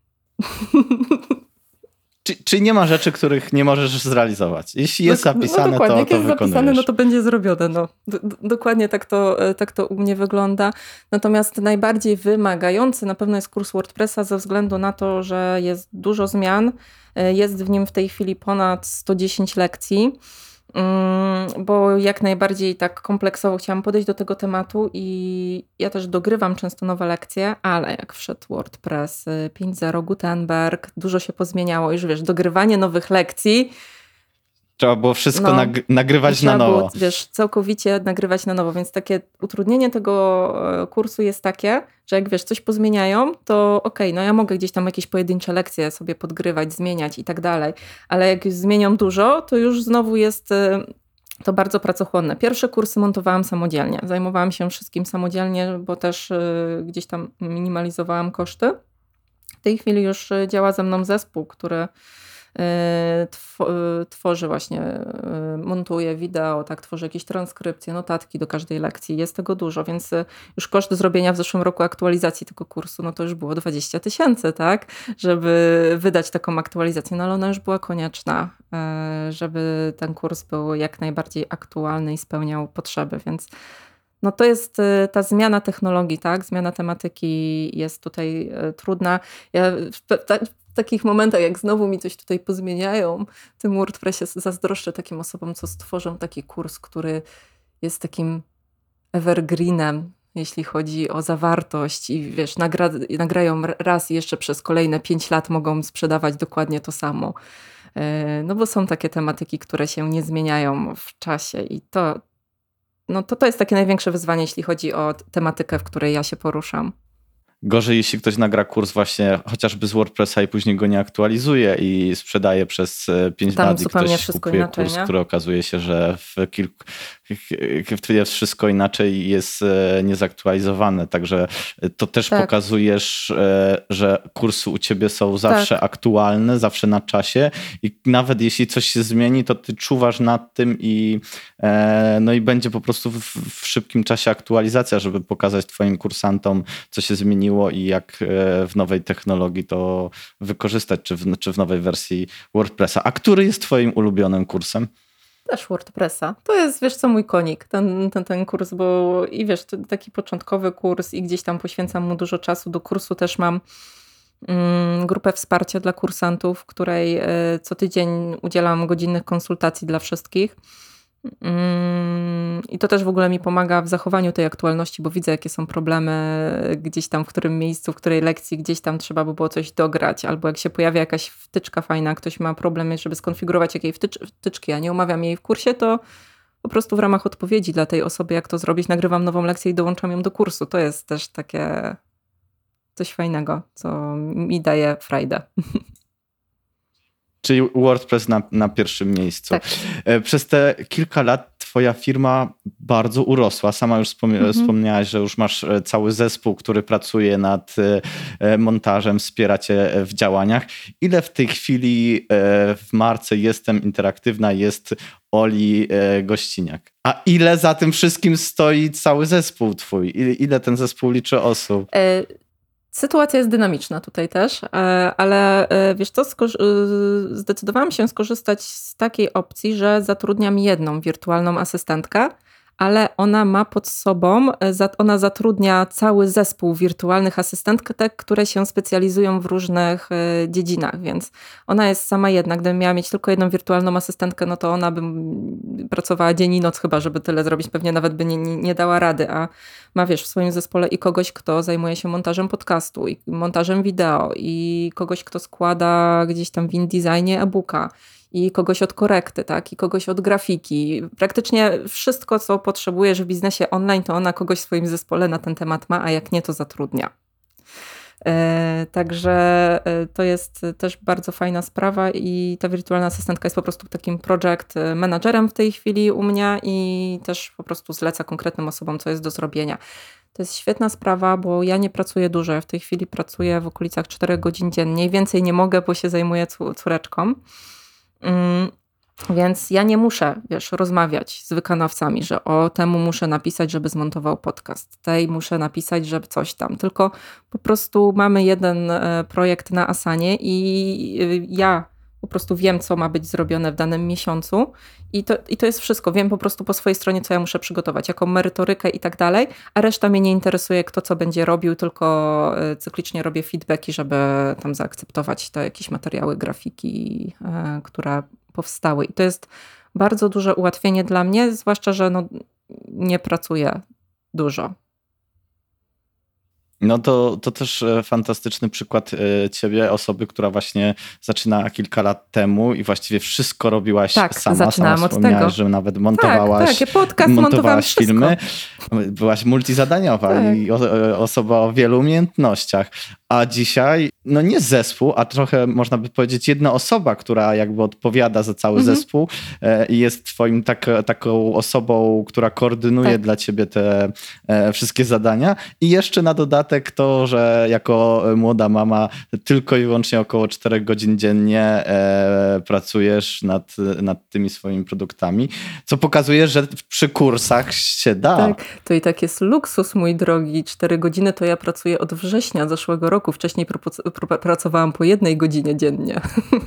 Czy, czy nie ma rzeczy, których nie możesz zrealizować? Jeśli jest no, zapisane, no to, to jak jest wykonujesz. zapisane, no to będzie zrobione. No. D- dokładnie tak to, tak to u mnie wygląda. Natomiast najbardziej wymagający na pewno jest kurs WordPressa ze względu na to, że jest dużo zmian. Jest w nim w tej chwili ponad sto dziesięć lekcji. Bo jak najbardziej tak kompleksowo chciałam podejść do tego tematu i ja też dogrywam często nowe lekcje, ale jak wszedł WordPress pięć zero, Gutenberg, dużo się pozmieniało. Już wiesz, dogrywanie nowych lekcji. Trzeba było wszystko no, nag- nagrywać na nowo. Było, wiesz, całkowicie nagrywać na nowo, więc takie utrudnienie tego kursu jest takie, że jak wiesz, coś pozmieniają, to okej, okay, no ja mogę gdzieś tam jakieś pojedyncze lekcje sobie podgrywać, zmieniać i tak dalej, ale jak już zmienią dużo, to już znowu jest to bardzo pracochłonne. Pierwsze kursy montowałam samodzielnie, zajmowałam się wszystkim samodzielnie, bo też gdzieś tam minimalizowałam koszty. W tej chwili już działa ze mną zespół, który tworzy właśnie, montuje wideo, tak, tworzy jakieś transkrypcje, notatki do każdej lekcji. Jest tego dużo, więc już koszt zrobienia w zeszłym roku aktualizacji tego kursu, no to już było dwadzieścia tysięcy, tak, żeby wydać taką aktualizację, no ale ona już była konieczna, żeby ten kurs był jak najbardziej aktualny i spełniał potrzeby, więc no to jest ta zmiana technologii, tak, zmiana tematyki jest tutaj trudna. Ja w, w takich momentach, jak znowu mi coś tutaj pozmieniają, w tym WordPressie zazdroszczę takim osobom, co stworzą taki kurs, który jest takim evergreenem, jeśli chodzi o zawartość i wiesz, nagra- nagrają raz i jeszcze przez kolejne pięć lat mogą sprzedawać dokładnie to samo. No bo są takie tematyki, które się nie zmieniają w czasie i to, no to, to jest takie największe wyzwanie, jeśli chodzi o tematykę, w której ja się poruszam. Gorzej, jeśli ktoś nagra kurs właśnie chociażby z WordPressa i później go nie aktualizuje i sprzedaje przez pięć lat i ktoś kupuje inaczej, kurs, nie? Który okazuje się, że w kilku jest wszystko inaczej jest niezaktualizowane. Także to też tak. Pokazujesz, że kursy u ciebie są zawsze tak. aktualne, zawsze na czasie i nawet jeśli coś się zmieni, to ty czuwasz nad tym i, no i będzie po prostu w, w szybkim czasie aktualizacja, żeby pokazać twoim kursantom, co się zmieniło i jak w nowej technologii to wykorzystać, czy w, czy w nowej wersji WordPressa. A który jest twoim ulubionym kursem? Też WordPressa. To jest, wiesz co, mój konik, ten, ten, ten kurs, bo i wiesz, to taki początkowy kurs i gdzieś tam poświęcam mu dużo czasu. Do kursu też mam mm, grupę wsparcia dla kursantów, w której y, co tydzień udzielam godzinnych konsultacji dla wszystkich. I to też w ogóle mi pomaga w zachowaniu tej aktualności, bo widzę, jakie są problemy gdzieś tam, w którym miejscu, w której lekcji gdzieś tam trzeba by było coś dograć, albo jak się pojawia jakaś wtyczka fajna, ktoś ma problem, żeby skonfigurować jakiej wtycz- wtyczki, a nie umawiam jej w kursie, to po prostu w ramach odpowiedzi dla tej osoby, jak to zrobić, nagrywam nową lekcję i dołączam ją do kursu. To jest też takie coś fajnego, co mi daje frajdę. Czyli WordPress na, na pierwszym miejscu. Tak. Przez te kilka lat twoja firma bardzo urosła. Sama już wspom- mhm. wspomniałaś, że już masz cały zespół, który pracuje nad montażem, wspiera cię w działaniach. Ile w tej chwili w marce Jestem Interaktywna jest Oli Gościniak? A ile za tym wszystkim stoi cały zespół twój? Ile, ile ten zespół liczy osób? E- Sytuacja jest dynamiczna tutaj też, ale wiesz co, zdecydowałam się skorzystać z takiej opcji, że zatrudniam jedną wirtualną asystentkę, ale ona ma pod sobą, ona zatrudnia cały zespół wirtualnych asystentek, które się specjalizują w różnych dziedzinach, więc ona jest sama jedna. Gdybym miała mieć tylko jedną wirtualną asystentkę, no to ona by pracowała dzień i noc chyba, żeby tyle zrobić, pewnie nawet by nie, nie, nie dała rady, a ma wiesz w swoim zespole i kogoś, kto zajmuje się montażem podcastu i montażem wideo i kogoś, kto składa gdzieś tam w InDesignie e-booka i kogoś od korekty, tak? I kogoś od grafiki. Praktycznie wszystko, co potrzebujesz w biznesie online, to ona kogoś w swoim zespole na ten temat ma, a jak nie, to zatrudnia. Także to jest też bardzo fajna sprawa i ta wirtualna asystentka jest po prostu takim project managerem w tej chwili u mnie i też po prostu zleca konkretnym osobom, co jest do zrobienia. To jest świetna sprawa, bo ja nie pracuję dużo. Ja w tej chwili pracuję w okolicach czterech godzin dziennie i więcej nie mogę, bo się zajmuję córeczką. Więc ja nie muszę, wiesz, rozmawiać z wykonawcami, że o temu muszę napisać, żeby zmontował podcast, tej muszę napisać, żeby coś tam. Tylko po prostu mamy jeden projekt na Asanie i ja po prostu wiem, co ma być zrobione w danym miesiącu i to, i to jest wszystko. Wiem po prostu po swojej stronie, co ja muszę przygotować, jaką merytorykę i tak dalej, a reszta mnie nie interesuje, kto co będzie robił, tylko cyklicznie robię feedbacki, żeby tam zaakceptować te jakieś materiały, grafiki, które powstały. I to jest bardzo duże ułatwienie dla mnie, zwłaszcza, że no, nie pracuję dużo. No to, to też fantastyczny przykład ciebie, osoby, która właśnie zaczyna kilka lat temu i właściwie wszystko robiłaś tak, sama. Zaczynałam sama od tego. Że nawet montowałaś, tak, tak, ja podcast montowałaś filmy. Wszystko. Byłaś multizadaniowa tak. i o, osoba o wielu umiejętnościach. A dzisiaj, no nie zespół, a trochę można by powiedzieć jedna osoba, która jakby odpowiada za cały mhm. zespół i jest twoim tak, taką osobą, która koordynuje tak. dla ciebie te e, wszystkie zadania. I jeszcze na dodatek to, że jako młoda mama tylko i wyłącznie około czterech godzin dziennie e, pracujesz nad, nad tymi swoimi produktami, co pokazuje, że przy kursach się da. Tak, to i tak jest luksus, mój drogi. Cztery godziny to ja pracuję od września zeszłego roku. Wcześniej pr- pr- pracowałam po jednej godzinie dziennie,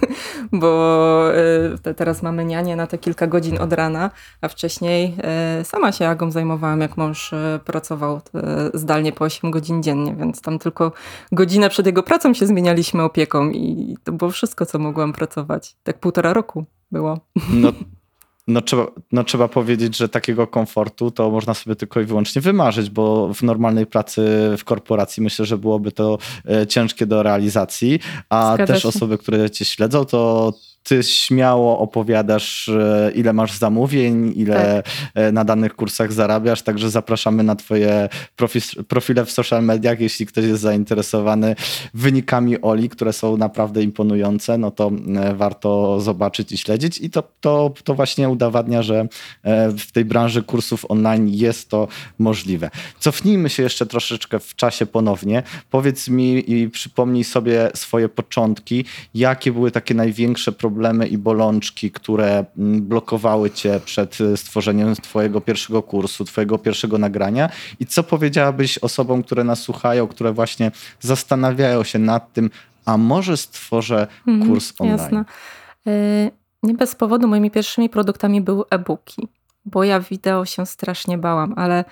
bo y, teraz mamy nianię na te kilka godzin od rana, a wcześniej y, sama się Agą zajmowałam, jak mąż y, pracował y, zdalnie po osiem godzin dziennie, więc tam tylko godzinę przed jego pracą się zmienialiśmy opieką i to było wszystko, co mogłam pracować. Tak półtora roku było. No. No trzeba, no trzeba powiedzieć, że takiego komfortu to można sobie tylko i wyłącznie wymarzyć, bo w normalnej pracy w korporacji myślę, że byłoby to ciężkie do realizacji, a Zgadza też się. osoby, które cię śledzą, to ty śmiało opowiadasz, ile masz zamówień, ile tak. na danych kursach zarabiasz, także zapraszamy na twoje profi- profile w social mediach, jeśli ktoś jest zainteresowany wynikami Oli, które są naprawdę imponujące, no to warto zobaczyć i śledzić i to, to, to właśnie udowadnia, że w tej branży kursów online jest to możliwe. Cofnijmy się jeszcze troszeczkę w czasie ponownie. Powiedz mi i przypomnij sobie swoje początki, jakie były takie największe problemy problemy i bolączki, które blokowały cię przed stworzeniem twojego pierwszego kursu, twojego pierwszego nagrania i co powiedziałabyś osobom, które nas słuchają, które właśnie zastanawiają się nad tym, a może stworzę kurs online? Jasne. Nie bez powodu moimi pierwszymi produktami były e-booki, bo ja wideo się strasznie bałam, ale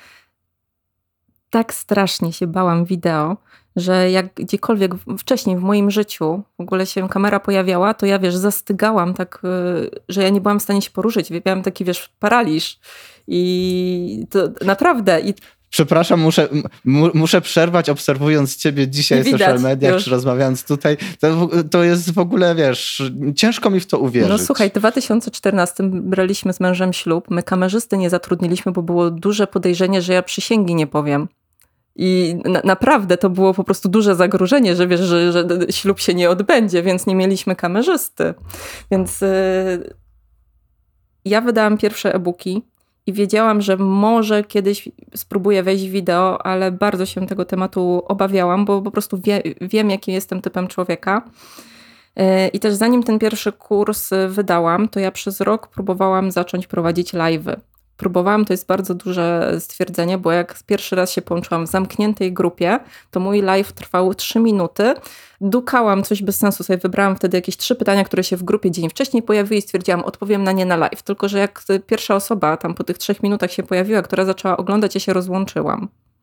tak strasznie się bałam wideo, że jak gdziekolwiek wcześniej w moim życiu w ogóle się kamera pojawiała, to ja, wiesz, zastygałam tak, że ja nie byłam w stanie się poruszyć. Miałam taki, wiesz, paraliż. I to naprawdę... I Przepraszam, muszę, m- muszę przerwać, obserwując ciebie dzisiaj w social mediach, już. Czy rozmawiając tutaj. To, to jest w ogóle, wiesz, ciężko mi w to uwierzyć. No słuchaj, w dwa tysiące czternastym braliśmy z mężem ślub. My kamerzysty nie zatrudniliśmy, bo było duże podejrzenie, że ja przysięgi nie powiem. I na, naprawdę to było po prostu duże zagrożenie, że wiesz, że, że ślub się nie odbędzie, więc nie mieliśmy kamerzysty. Więc yy, ja wydałam pierwsze e-booki i wiedziałam, że może kiedyś spróbuję wejść w wideo, ale bardzo się tego tematu obawiałam, bo po prostu wie, wiem, jakim jestem typem człowieka. Yy, I też zanim ten pierwszy kurs wydałam, to ja przez rok próbowałam zacząć prowadzić live'y. Próbowałam, to jest bardzo duże stwierdzenie, bo jak pierwszy raz się połączyłam w zamkniętej grupie, to mój live trwał trzy minuty. Dukałam coś bez sensu, sobie wybrałam wtedy jakieś trzy pytania, które się w grupie dzień wcześniej pojawiły i stwierdziłam, odpowiem na nie na live. Tylko że jak pierwsza osoba tam po tych trzech minutach się pojawiła, która zaczęła oglądać, ja się rozłączyłam.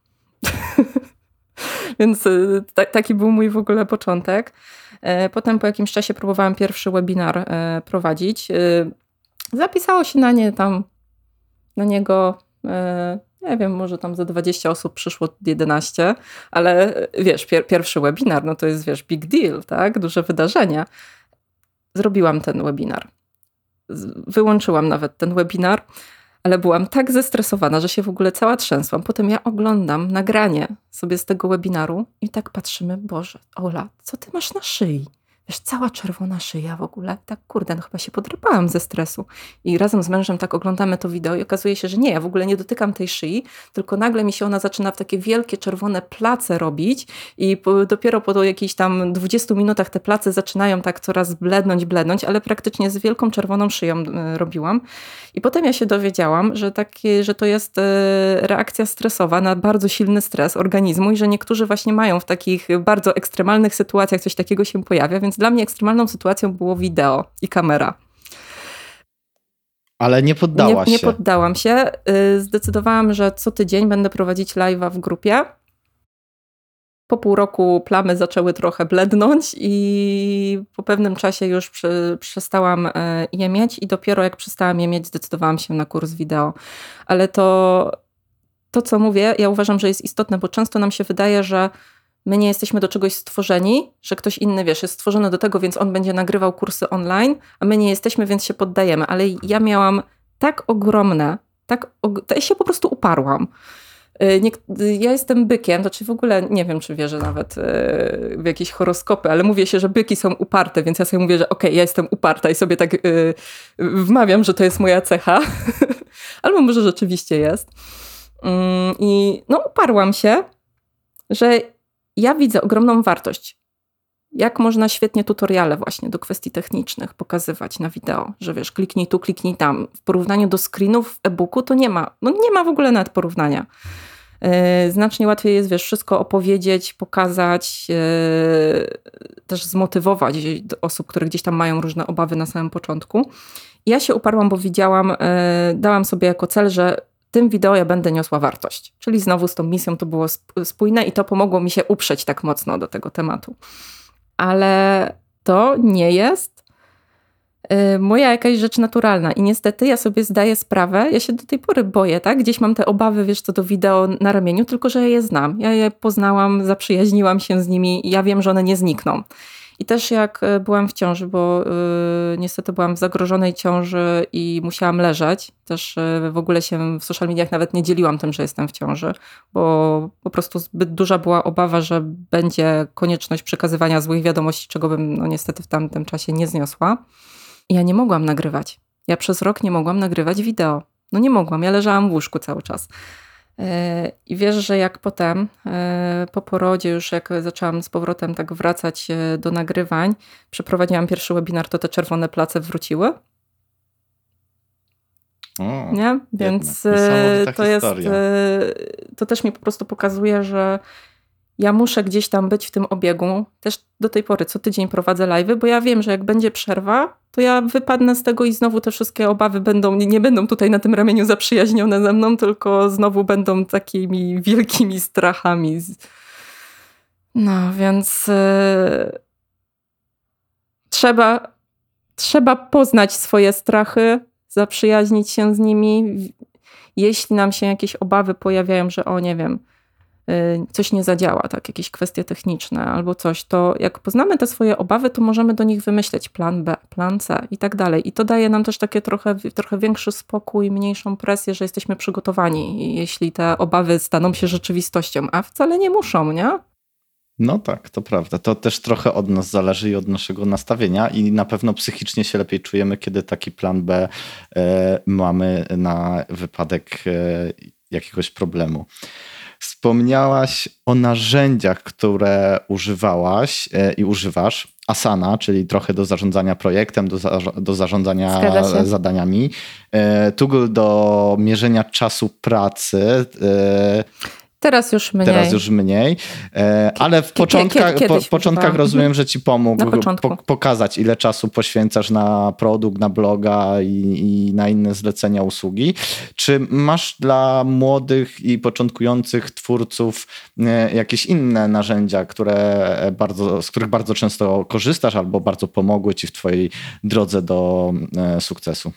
Więc t- taki był mój w ogóle początek. Potem po jakimś czasie próbowałam pierwszy webinar prowadzić. Zapisało się na nie tam Na niego, nie wiem, może tam za dwadzieścia osób przyszło jedenaście, ale wiesz, pier- pierwszy webinar, no to jest, wiesz, big deal, tak? Duże wydarzenie. Zrobiłam ten webinar. wyłączyłam nawet ten webinar, ale byłam tak zestresowana, że się w ogóle cała trzęsłam. Potem ja oglądam nagranie sobie z tego webinaru i tak patrzymy, Boże, Ola, co ty masz na szyi? Wiesz, cała czerwona szyja w ogóle. Tak, kurde, no chyba się podrapałam ze stresu. I razem z mężem tak oglądamy to wideo i okazuje się, że nie, ja w ogóle nie dotykam tej szyi, tylko nagle mi się ona zaczyna w takie wielkie czerwone place robić i po, dopiero po jakichś tam dwudziestu minutach te place zaczynają tak coraz blednąć, blednąć, ale praktycznie z wielką czerwoną szyją y, robiłam. I potem ja się dowiedziałam, że, takie, że to jest y, reakcja stresowa na bardzo silny stres organizmu i że niektórzy właśnie mają w takich bardzo ekstremalnych sytuacjach coś takiego się pojawia, więc dla mnie ekstremalną sytuacją było wideo i kamera. Ale nie poddałaś nie, nie się. Nie poddałam się. Zdecydowałam, że co tydzień będę prowadzić live'a w grupie. Po pół roku plamy zaczęły trochę blednąć i po pewnym czasie już przy, przestałam je mieć i dopiero jak przestałam je mieć, zdecydowałam się na kurs wideo. Ale to, to co mówię, ja uważam, że jest istotne, bo często nam się wydaje, że my nie jesteśmy do czegoś stworzeni, że ktoś inny, wiesz, jest stworzony do tego, więc on będzie nagrywał kursy online, a my nie jesteśmy, więc się poddajemy. Ale ja miałam tak ogromne, tak, ja się po prostu uparłam. Ja jestem bykiem, to czy w ogóle nie wiem, czy wierzę nawet w jakieś horoskopy, ale mówię się, że byki są uparte, więc ja sobie mówię, że okej, okay, ja jestem uparta i sobie tak wmawiam, że to jest moja cecha. Albo może rzeczywiście jest. I no uparłam się, że ja widzę ogromną wartość. Jak można świetnie tutoriale właśnie do kwestii technicznych pokazywać na wideo, że wiesz, kliknij tu, kliknij tam. W porównaniu do screenów w e-booku to nie ma, no nie ma w ogóle nawet porównania. Yy, znacznie łatwiej jest, wiesz, wszystko opowiedzieć, pokazać, yy, też zmotywować osób, które gdzieś tam mają różne obawy na samym początku. I ja się uparłam, bo widziałam, yy, dałam sobie jako cel, że tym wideo ja będę niosła wartość. Czyli znowu z tą misją to było spójne i to pomogło mi się uprzeć tak mocno do tego tematu. Ale to nie jest y, moja jakaś rzecz naturalna i niestety ja sobie zdaję sprawę, ja się do tej pory boję, tak? Gdzieś mam te obawy, wiesz, co do wideo na ramieniu, tylko że ja je znam. Ja je poznałam, zaprzyjaźniłam się z nimi i ja wiem, że one nie znikną. I też jak byłam w ciąży, bo y, niestety byłam w zagrożonej ciąży i musiałam leżeć. Też y, w ogóle się w social mediach nawet nie dzieliłam tym, że jestem w ciąży, bo po prostu zbyt duża była obawa, że będzie konieczność przekazywania złych wiadomości, czego bym no, niestety w tamtym czasie nie zniosła. I ja nie mogłam nagrywać. Ja przez rok nie mogłam nagrywać wideo. No nie mogłam, ja leżałam w łóżku cały czas. I wiesz, że jak potem, po porodzie już jak zaczęłam z powrotem tak wracać do nagrywań, przeprowadziłam pierwszy webinar, to te czerwone place wróciły. O, nie? Więc to jest, to też mi po prostu pokazuje, że ja muszę gdzieś tam być w tym obiegu. Też do tej pory co tydzień prowadzę live'y, bo ja wiem, że jak będzie przerwa, to ja wypadnę z tego i znowu te wszystkie obawy będą, nie będą tutaj na tym ramieniu zaprzyjaźnione ze mną, tylko znowu będą takimi wielkimi strachami. No więc yy, trzeba, trzeba poznać swoje strachy, zaprzyjaźnić się z nimi. Jeśli nam się jakieś obawy pojawiają, że o nie wiem, coś nie zadziała, tak, jakieś kwestie techniczne albo coś, to jak poznamy te swoje obawy, to możemy do nich wymyśleć plan B, plan C i tak dalej. I to daje nam też takie trochę, trochę większy spokój, mniejszą presję, że jesteśmy przygotowani, jeśli te obawy staną się rzeczywistością, a wcale nie muszą, nie? No tak, to prawda. To też trochę od nas zależy i od naszego nastawienia i na pewno psychicznie się lepiej czujemy, kiedy taki plan B e, mamy na wypadek e, jakiegoś problemu. Wspomniałaś o narzędziach, które używałaś e, i używasz. Asana, czyli trochę do zarządzania projektem, do, za, do zarządzania zadaniami. E, Toggle do mierzenia czasu pracy. E, Teraz już mniej. Teraz już mniej, e, ale w początkach, kiedy, po, początkach rozumiem, że ci pomógł po, pokazać, ile czasu poświęcasz na produkt, na bloga i, i na inne zlecenia, usługi. Czy masz dla młodych i początkujących twórców e, jakieś inne narzędzia, które bardzo, z których bardzo często korzystasz albo bardzo pomogły ci w twojej drodze do e, sukcesu?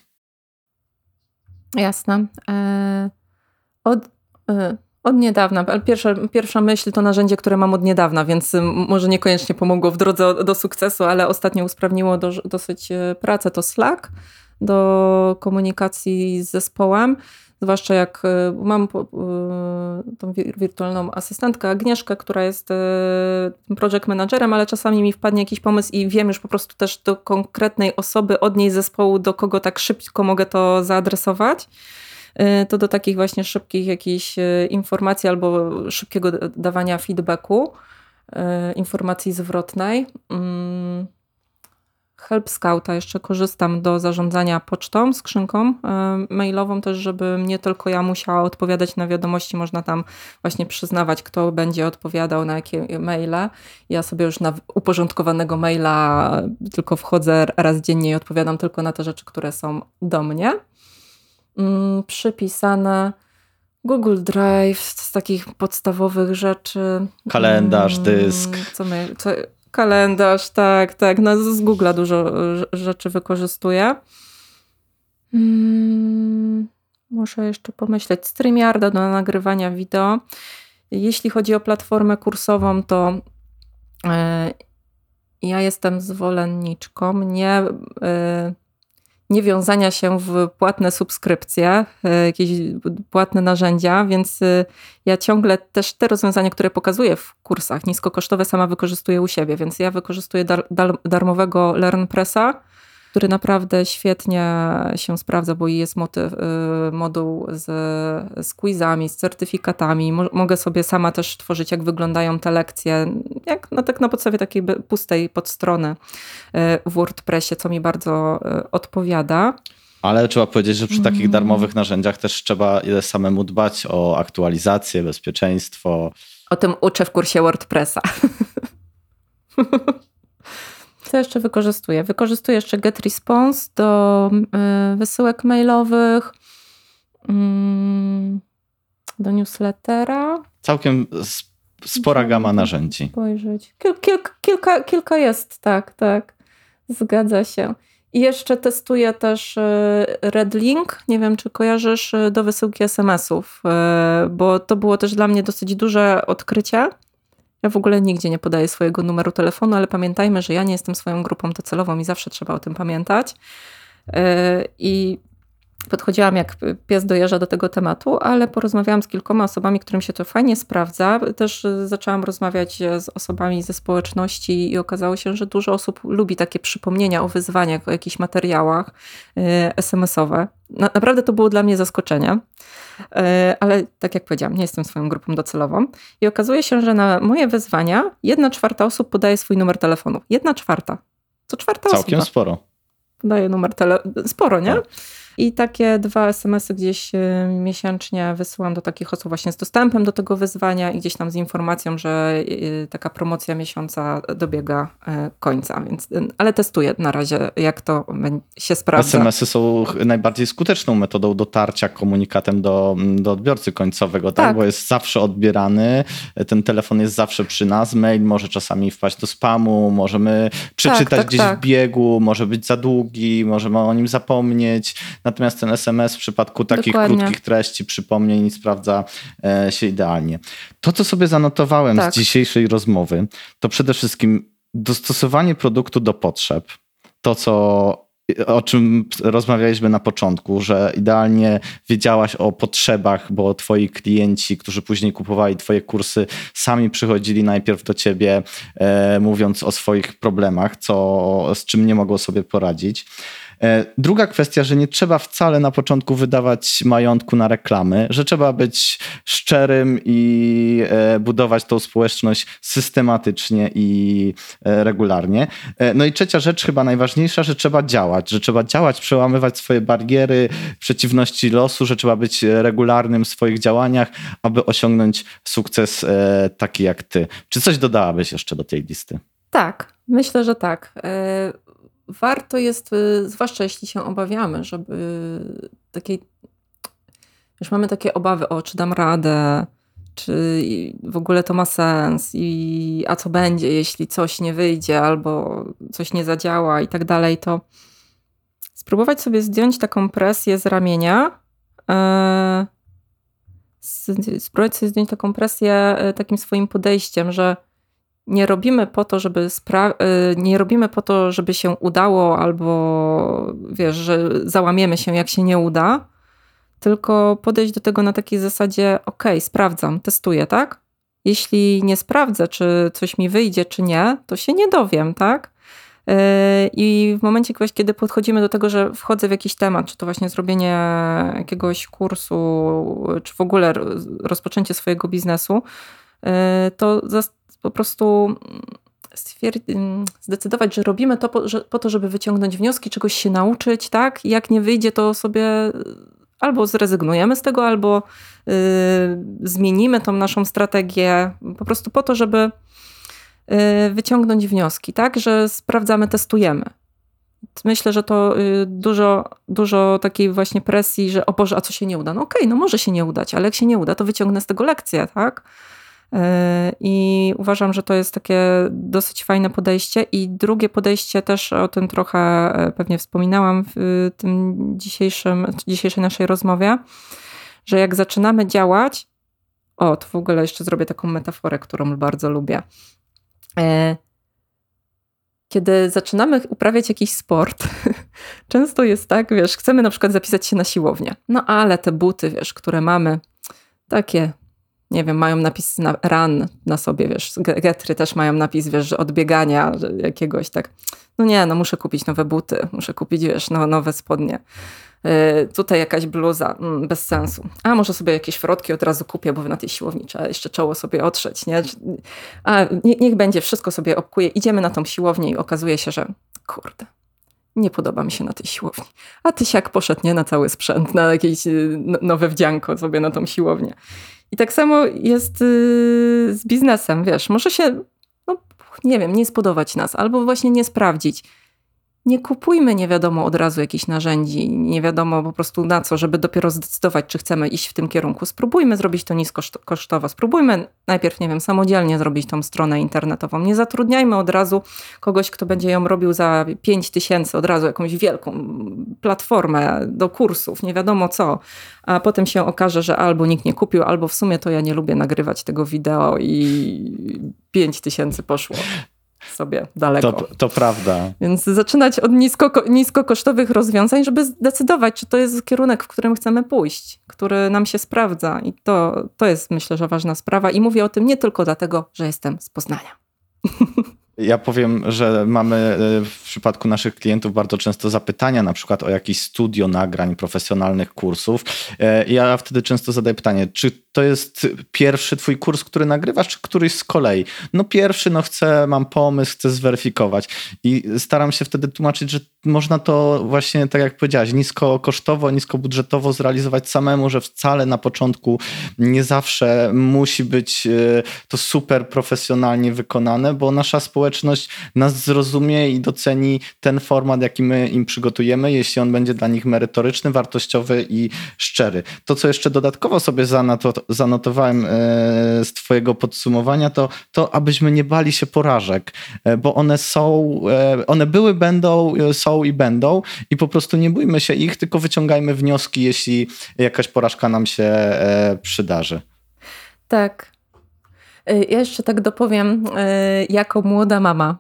Jasne. E, od... E... Od niedawna. Pierwsza, pierwsza myśl to narzędzie, które mam od niedawna, więc może niekoniecznie pomogło w drodze do sukcesu, ale ostatnio usprawniło do, dosyć pracę. To Slack. do komunikacji z zespołem. Zwłaszcza jak mam tą wirtualną asystentkę Agnieszkę, która jest project managerem, ale czasami mi wpadnie jakiś pomysł i wiem już po prostu też do konkretnej osoby od niej zespołu, do kogo tak szybko mogę to zaadresować. To do takich właśnie szybkich jakichś informacji albo szybkiego dawania feedbacku, informacji zwrotnej. Help Scouta jeszcze korzystam do zarządzania pocztą, skrzynką mailową też, żeby nie tylko ja musiała odpowiadać na wiadomości, można tam właśnie przyznawać, kto będzie odpowiadał na jakie maile. Ja sobie już na uporządkowanego maila tylko wchodzę raz dziennie i odpowiadam tylko na te rzeczy, które są do mnie. Przypisane Google Drive z takich podstawowych rzeczy. Kalendarz, dysk. Co my, co, kalendarz, tak, tak. No z Google'a dużo rzeczy wykorzystuję. Hmm, muszę jeszcze pomyśleć. StreamYarda do nagrywania wideo. Jeśli chodzi o platformę kursową, to yy, ja jestem zwolenniczką nie... Yy, nie wiązania się w płatne subskrypcje, jakieś płatne narzędzia, więc ja ciągle też te rozwiązania, które pokazuję w kursach niskokosztowe, sama wykorzystuję u siebie, więc ja wykorzystuję dar, dar, darmowego LearnPressa, który naprawdę świetnie się sprawdza, bo jest motyw, moduł z, z quizami, z certyfikatami. Mo, mogę sobie sama też tworzyć, jak wyglądają te lekcje, jak no, tak na podstawie takiej pustej podstrony w WordPressie, co mi bardzo odpowiada. Ale trzeba powiedzieć, że przy takich darmowych narzędziach też trzeba samemu dbać o aktualizację, bezpieczeństwo. O tym uczę w kursie WordPressa. Co jeszcze wykorzystuję? Wykorzystuję jeszcze GetResponse do y, wysyłek mailowych, y, do newslettera. Całkiem spora gama narzędzi. Spojrzeć. Kil, kilka, kilka, kilka jest, tak, tak. Zgadza się. I jeszcze testuję też y, RedLink. Nie wiem, czy kojarzysz, y, do wysyłki es em esów, y, bo to było też dla mnie dosyć duże odkrycie. Ja w ogóle nigdzie nie podaję swojego numeru telefonu, ale pamiętajmy, że ja nie jestem swoją grupą docelową i zawsze trzeba o tym pamiętać. I podchodziłam jak pies do jeża do tego tematu, ale porozmawiałam z kilkoma osobami, którym się to fajnie sprawdza. Też zaczęłam rozmawiać z osobami ze społeczności i okazało się, że dużo osób lubi takie przypomnienia o wyzwaniach, o jakichś materiałach es em esowe. Naprawdę to było dla mnie zaskoczenie, ale tak jak powiedziałam, nie jestem swoją grupą docelową. I okazuje się, że na moje wyzwania jedna czwarta osób podaje swój numer telefonu. Jedna czwarta. To czwarta osoba. Całkiem sporo. Podaje numer telefonu. Sporo, nie? Tak. I takie dwa es em esy gdzieś miesięcznie wysyłam do takich osób właśnie z dostępem do tego wyzwania i gdzieś tam z informacją, że taka promocja miesiąca dobiega końca. Więc, ale testuję na razie, jak to się sprawdza. es em esy są najbardziej skuteczną metodą dotarcia komunikatem do, do odbiorcy końcowego, tak? Tak? Bo jest zawsze odbierany, ten telefon jest zawsze przy nas, mail może czasami wpaść do spamu, możemy przeczytać tak, tak, gdzieś tak. w biegu, może być za długi, możemy o nim zapomnieć. Natomiast ten es em es w przypadku takich Dokładnie. krótkich treści, przypomnień sprawdza się idealnie. To, co sobie zanotowałem tak. z dzisiejszej rozmowy, to przede wszystkim dostosowanie produktu do potrzeb. To, co, o czym rozmawialiśmy na początku, że idealnie wiedziałaś o potrzebach, bo twoi klienci, którzy później kupowali twoje kursy, sami przychodzili najpierw do ciebie, e, mówiąc o swoich problemach, co, z czym nie mogą sobie poradzić. Druga kwestia, że nie trzeba wcale na początku wydawać majątku na reklamy, że trzeba być szczerym i budować tą społeczność systematycznie i regularnie. No i trzecia rzecz, chyba najważniejsza, że trzeba działać, że trzeba działać, przełamywać swoje bariery, przeciwności losu, że trzeba być regularnym w swoich działaniach, aby osiągnąć sukces taki jak ty. Czy coś dodałabyś jeszcze do tej listy? Tak, myślę, że tak. Warto jest, zwłaszcza jeśli się obawiamy, żeby takiej, już mamy takie obawy, o czy dam radę, czy w ogóle to ma sens i a co będzie, jeśli coś nie wyjdzie albo coś nie zadziała i tak dalej, to spróbować sobie zdjąć taką presję z ramienia, yy, spróbować sobie zdjąć taką presję takim swoim podejściem, że nie robimy po to, żeby spra- nie robimy po to, żeby się udało, albo wiesz, że załamiemy się, jak się nie uda, tylko podejść do tego na takiej zasadzie, okej, okay, sprawdzam, testuję, tak? Jeśli nie sprawdzę, czy coś mi wyjdzie, czy nie, to się nie dowiem, tak? I w momencie, kiedy podchodzimy do tego, że wchodzę w jakiś temat, czy to właśnie zrobienie jakiegoś kursu, czy w ogóle rozpoczęcie swojego biznesu, to po prostu zdecydować, że robimy to po, że, po to, żeby wyciągnąć wnioski, czegoś się nauczyć, tak? I jak nie wyjdzie, to sobie albo zrezygnujemy z tego, albo yy, zmienimy tą naszą strategię po prostu po to, żeby yy, wyciągnąć wnioski, tak? Że sprawdzamy, testujemy. Myślę, że to yy, dużo, dużo takiej właśnie presji, że o Boże, a co się nie uda? No okej, okay, no może się nie udać, ale jak się nie uda, to wyciągnę z tego lekcję, tak? I uważam, że to jest takie dosyć fajne podejście. I drugie podejście, też o tym trochę pewnie wspominałam w tym dzisiejszym, dzisiejszej naszej rozmowie, że jak zaczynamy działać, o, to w ogóle jeszcze zrobię taką metaforę, którą bardzo lubię. Kiedy zaczynamy uprawiać jakiś sport, często jest tak, wiesz, chcemy na przykład zapisać się na siłownię, no ale te buty, wiesz, które mamy, takie, nie wiem, mają napis na run na sobie, wiesz, getry też mają napis, wiesz, że od biegania jakiegoś, tak. No nie, no muszę kupić nowe buty, muszę kupić, wiesz, no, nowe spodnie. Yy, tutaj jakaś bluza, mm, bez sensu. A może sobie jakieś frotki od razu kupię, bo na tej siłowni trzeba jeszcze czoło sobie otrzeć, nie? A nie, niech będzie, wszystko sobie obkuję. Idziemy na tą siłownię i okazuje się, że kurde, nie podoba mi się na tej siłowni. A tysiak poszedł, nie? Na cały sprzęt, na jakieś nowe wdzianko sobie na tą siłownię. I tak samo jest yy, z biznesem, wiesz, może się, no nie wiem, nie spodobać nas, albo właśnie nie sprawdzić. Nie kupujmy nie wiadomo od razu jakichś narzędzi, nie wiadomo po prostu na co, żeby dopiero zdecydować, czy chcemy iść w tym kierunku. Spróbujmy zrobić to niskokosztowo. Spróbujmy najpierw, nie wiem, samodzielnie zrobić tą stronę internetową. Nie zatrudniajmy od razu kogoś, kto będzie ją robił za pięć tysięcy, od razu jakąś wielką platformę do kursów, nie wiadomo co. A potem się okaże, że albo nikt nie kupił, albo w sumie to ja nie lubię nagrywać tego wideo i pięć tysięcy poszło sobie daleko. To, to prawda. Więc zaczynać od nisko, niskokosztowych rozwiązań, żeby zdecydować, czy to jest kierunek, w którym chcemy pójść, który nam się sprawdza. I to, to jest, myślę, że ważna sprawa. I mówię o tym nie tylko dlatego, że jestem z Poznania. Ja powiem, że mamy w przypadku naszych klientów bardzo często zapytania, na przykład o jakieś studio nagrań, profesjonalnych kursów. Ja wtedy często zadaję pytanie, czy to jest pierwszy twój kurs, który nagrywasz, czy któryś z kolei? No pierwszy, no chcę, mam pomysł, chcę zweryfikować. I staram się wtedy tłumaczyć, że można to właśnie, tak jak powiedziałaś, niskokosztowo, niskobudżetowo zrealizować samemu, że wcale na początku nie zawsze musi być to super profesjonalnie wykonane, bo nasza społeczność nas zrozumie i doceni ten format, jaki my im przygotujemy, jeśli on będzie dla nich merytoryczny, wartościowy i szczery. To, co jeszcze dodatkowo sobie zanotowałem z twojego podsumowania, to, to abyśmy nie bali się porażek, bo one są, one były, będą, są i będą i po prostu nie bójmy się ich, tylko wyciągajmy wnioski, jeśli jakaś porażka nam się przydarzy. Tak. Ja jeszcze tak dopowiem, jako młoda mama.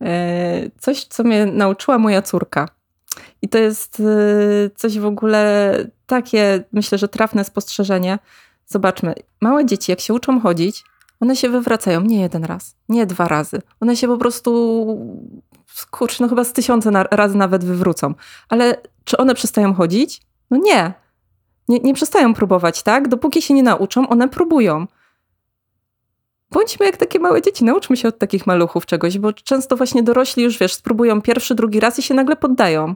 Coś, co mnie nauczyła moja córka. I to jest coś w ogóle takie, myślę, że trafne spostrzeżenie. Zobaczmy, małe dzieci, jak się uczą chodzić, one się wywracają nie jeden raz, nie dwa razy. One się po prostu, kurczę, no chyba z tysiące razy nawet wywrócą. Ale czy one przestają chodzić? No nie. Nie, nie przestają próbować, tak? Dopóki się nie nauczą, one próbują. Bądźmy jak takie małe dzieci, nauczmy się od takich maluchów czegoś, bo często właśnie dorośli już, wiesz, spróbują pierwszy, drugi raz i się nagle poddają.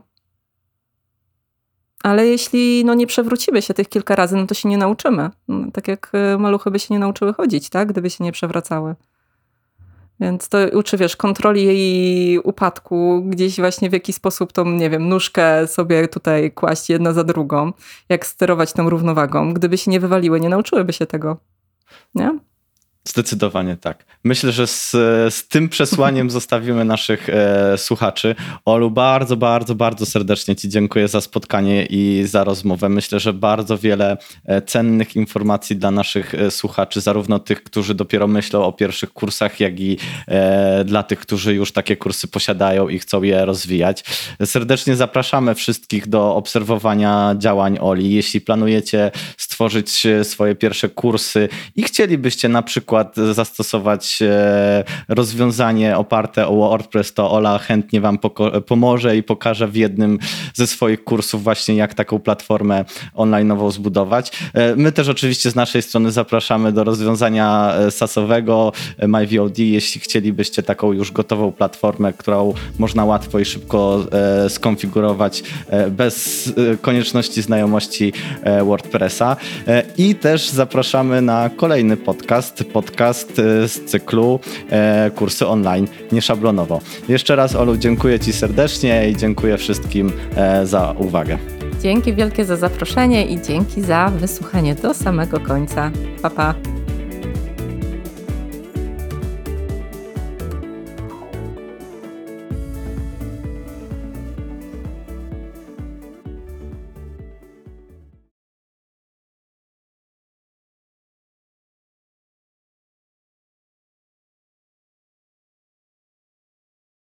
Ale jeśli no, nie przewrócimy się tych kilka razy, no to się nie nauczymy. No, tak jak maluchy by się nie nauczyły chodzić, tak? Gdyby się nie przewracały. Więc to uczy, wiesz, kontroli jej upadku, gdzieś właśnie w jaki sposób tą, nie wiem, nóżkę sobie tutaj kłaść jedna za drugą, jak sterować tą równowagą. Gdyby się nie wywaliły, nie nauczyłyby się tego. Nie? Zdecydowanie tak. Myślę, że z, z tym przesłaniem zostawimy naszych e, słuchaczy. Olu, bardzo, bardzo, bardzo serdecznie Ci dziękuję za spotkanie i za rozmowę. Myślę, że bardzo wiele e, cennych informacji dla naszych e, słuchaczy, zarówno tych, którzy dopiero myślą o pierwszych kursach, jak i e, dla tych, którzy już takie kursy posiadają i chcą je rozwijać. Serdecznie zapraszamy wszystkich do obserwowania działań Oli. Jeśli planujecie stworzyć swoje pierwsze kursy i chcielibyście na przykład zastosować rozwiązanie oparte o WordPress, to Ola chętnie wam poko- pomoże i pokaże w jednym ze swoich kursów właśnie, jak taką platformę online'ową zbudować. My też oczywiście z naszej strony zapraszamy do rozwiązania SaaS-owego MyVOD, jeśli chcielibyście taką już gotową platformę, którą można łatwo i szybko skonfigurować bez konieczności znajomości WordPressa. I też zapraszamy na kolejny podcast, podcast z cyklu e, Kursy online nieszablonowo. Jeszcze raz, Olu, dziękuję Ci serdecznie i dziękuję wszystkim e, za uwagę. Dzięki wielkie za zaproszenie i dzięki za wysłuchanie do samego końca. Pa, pa.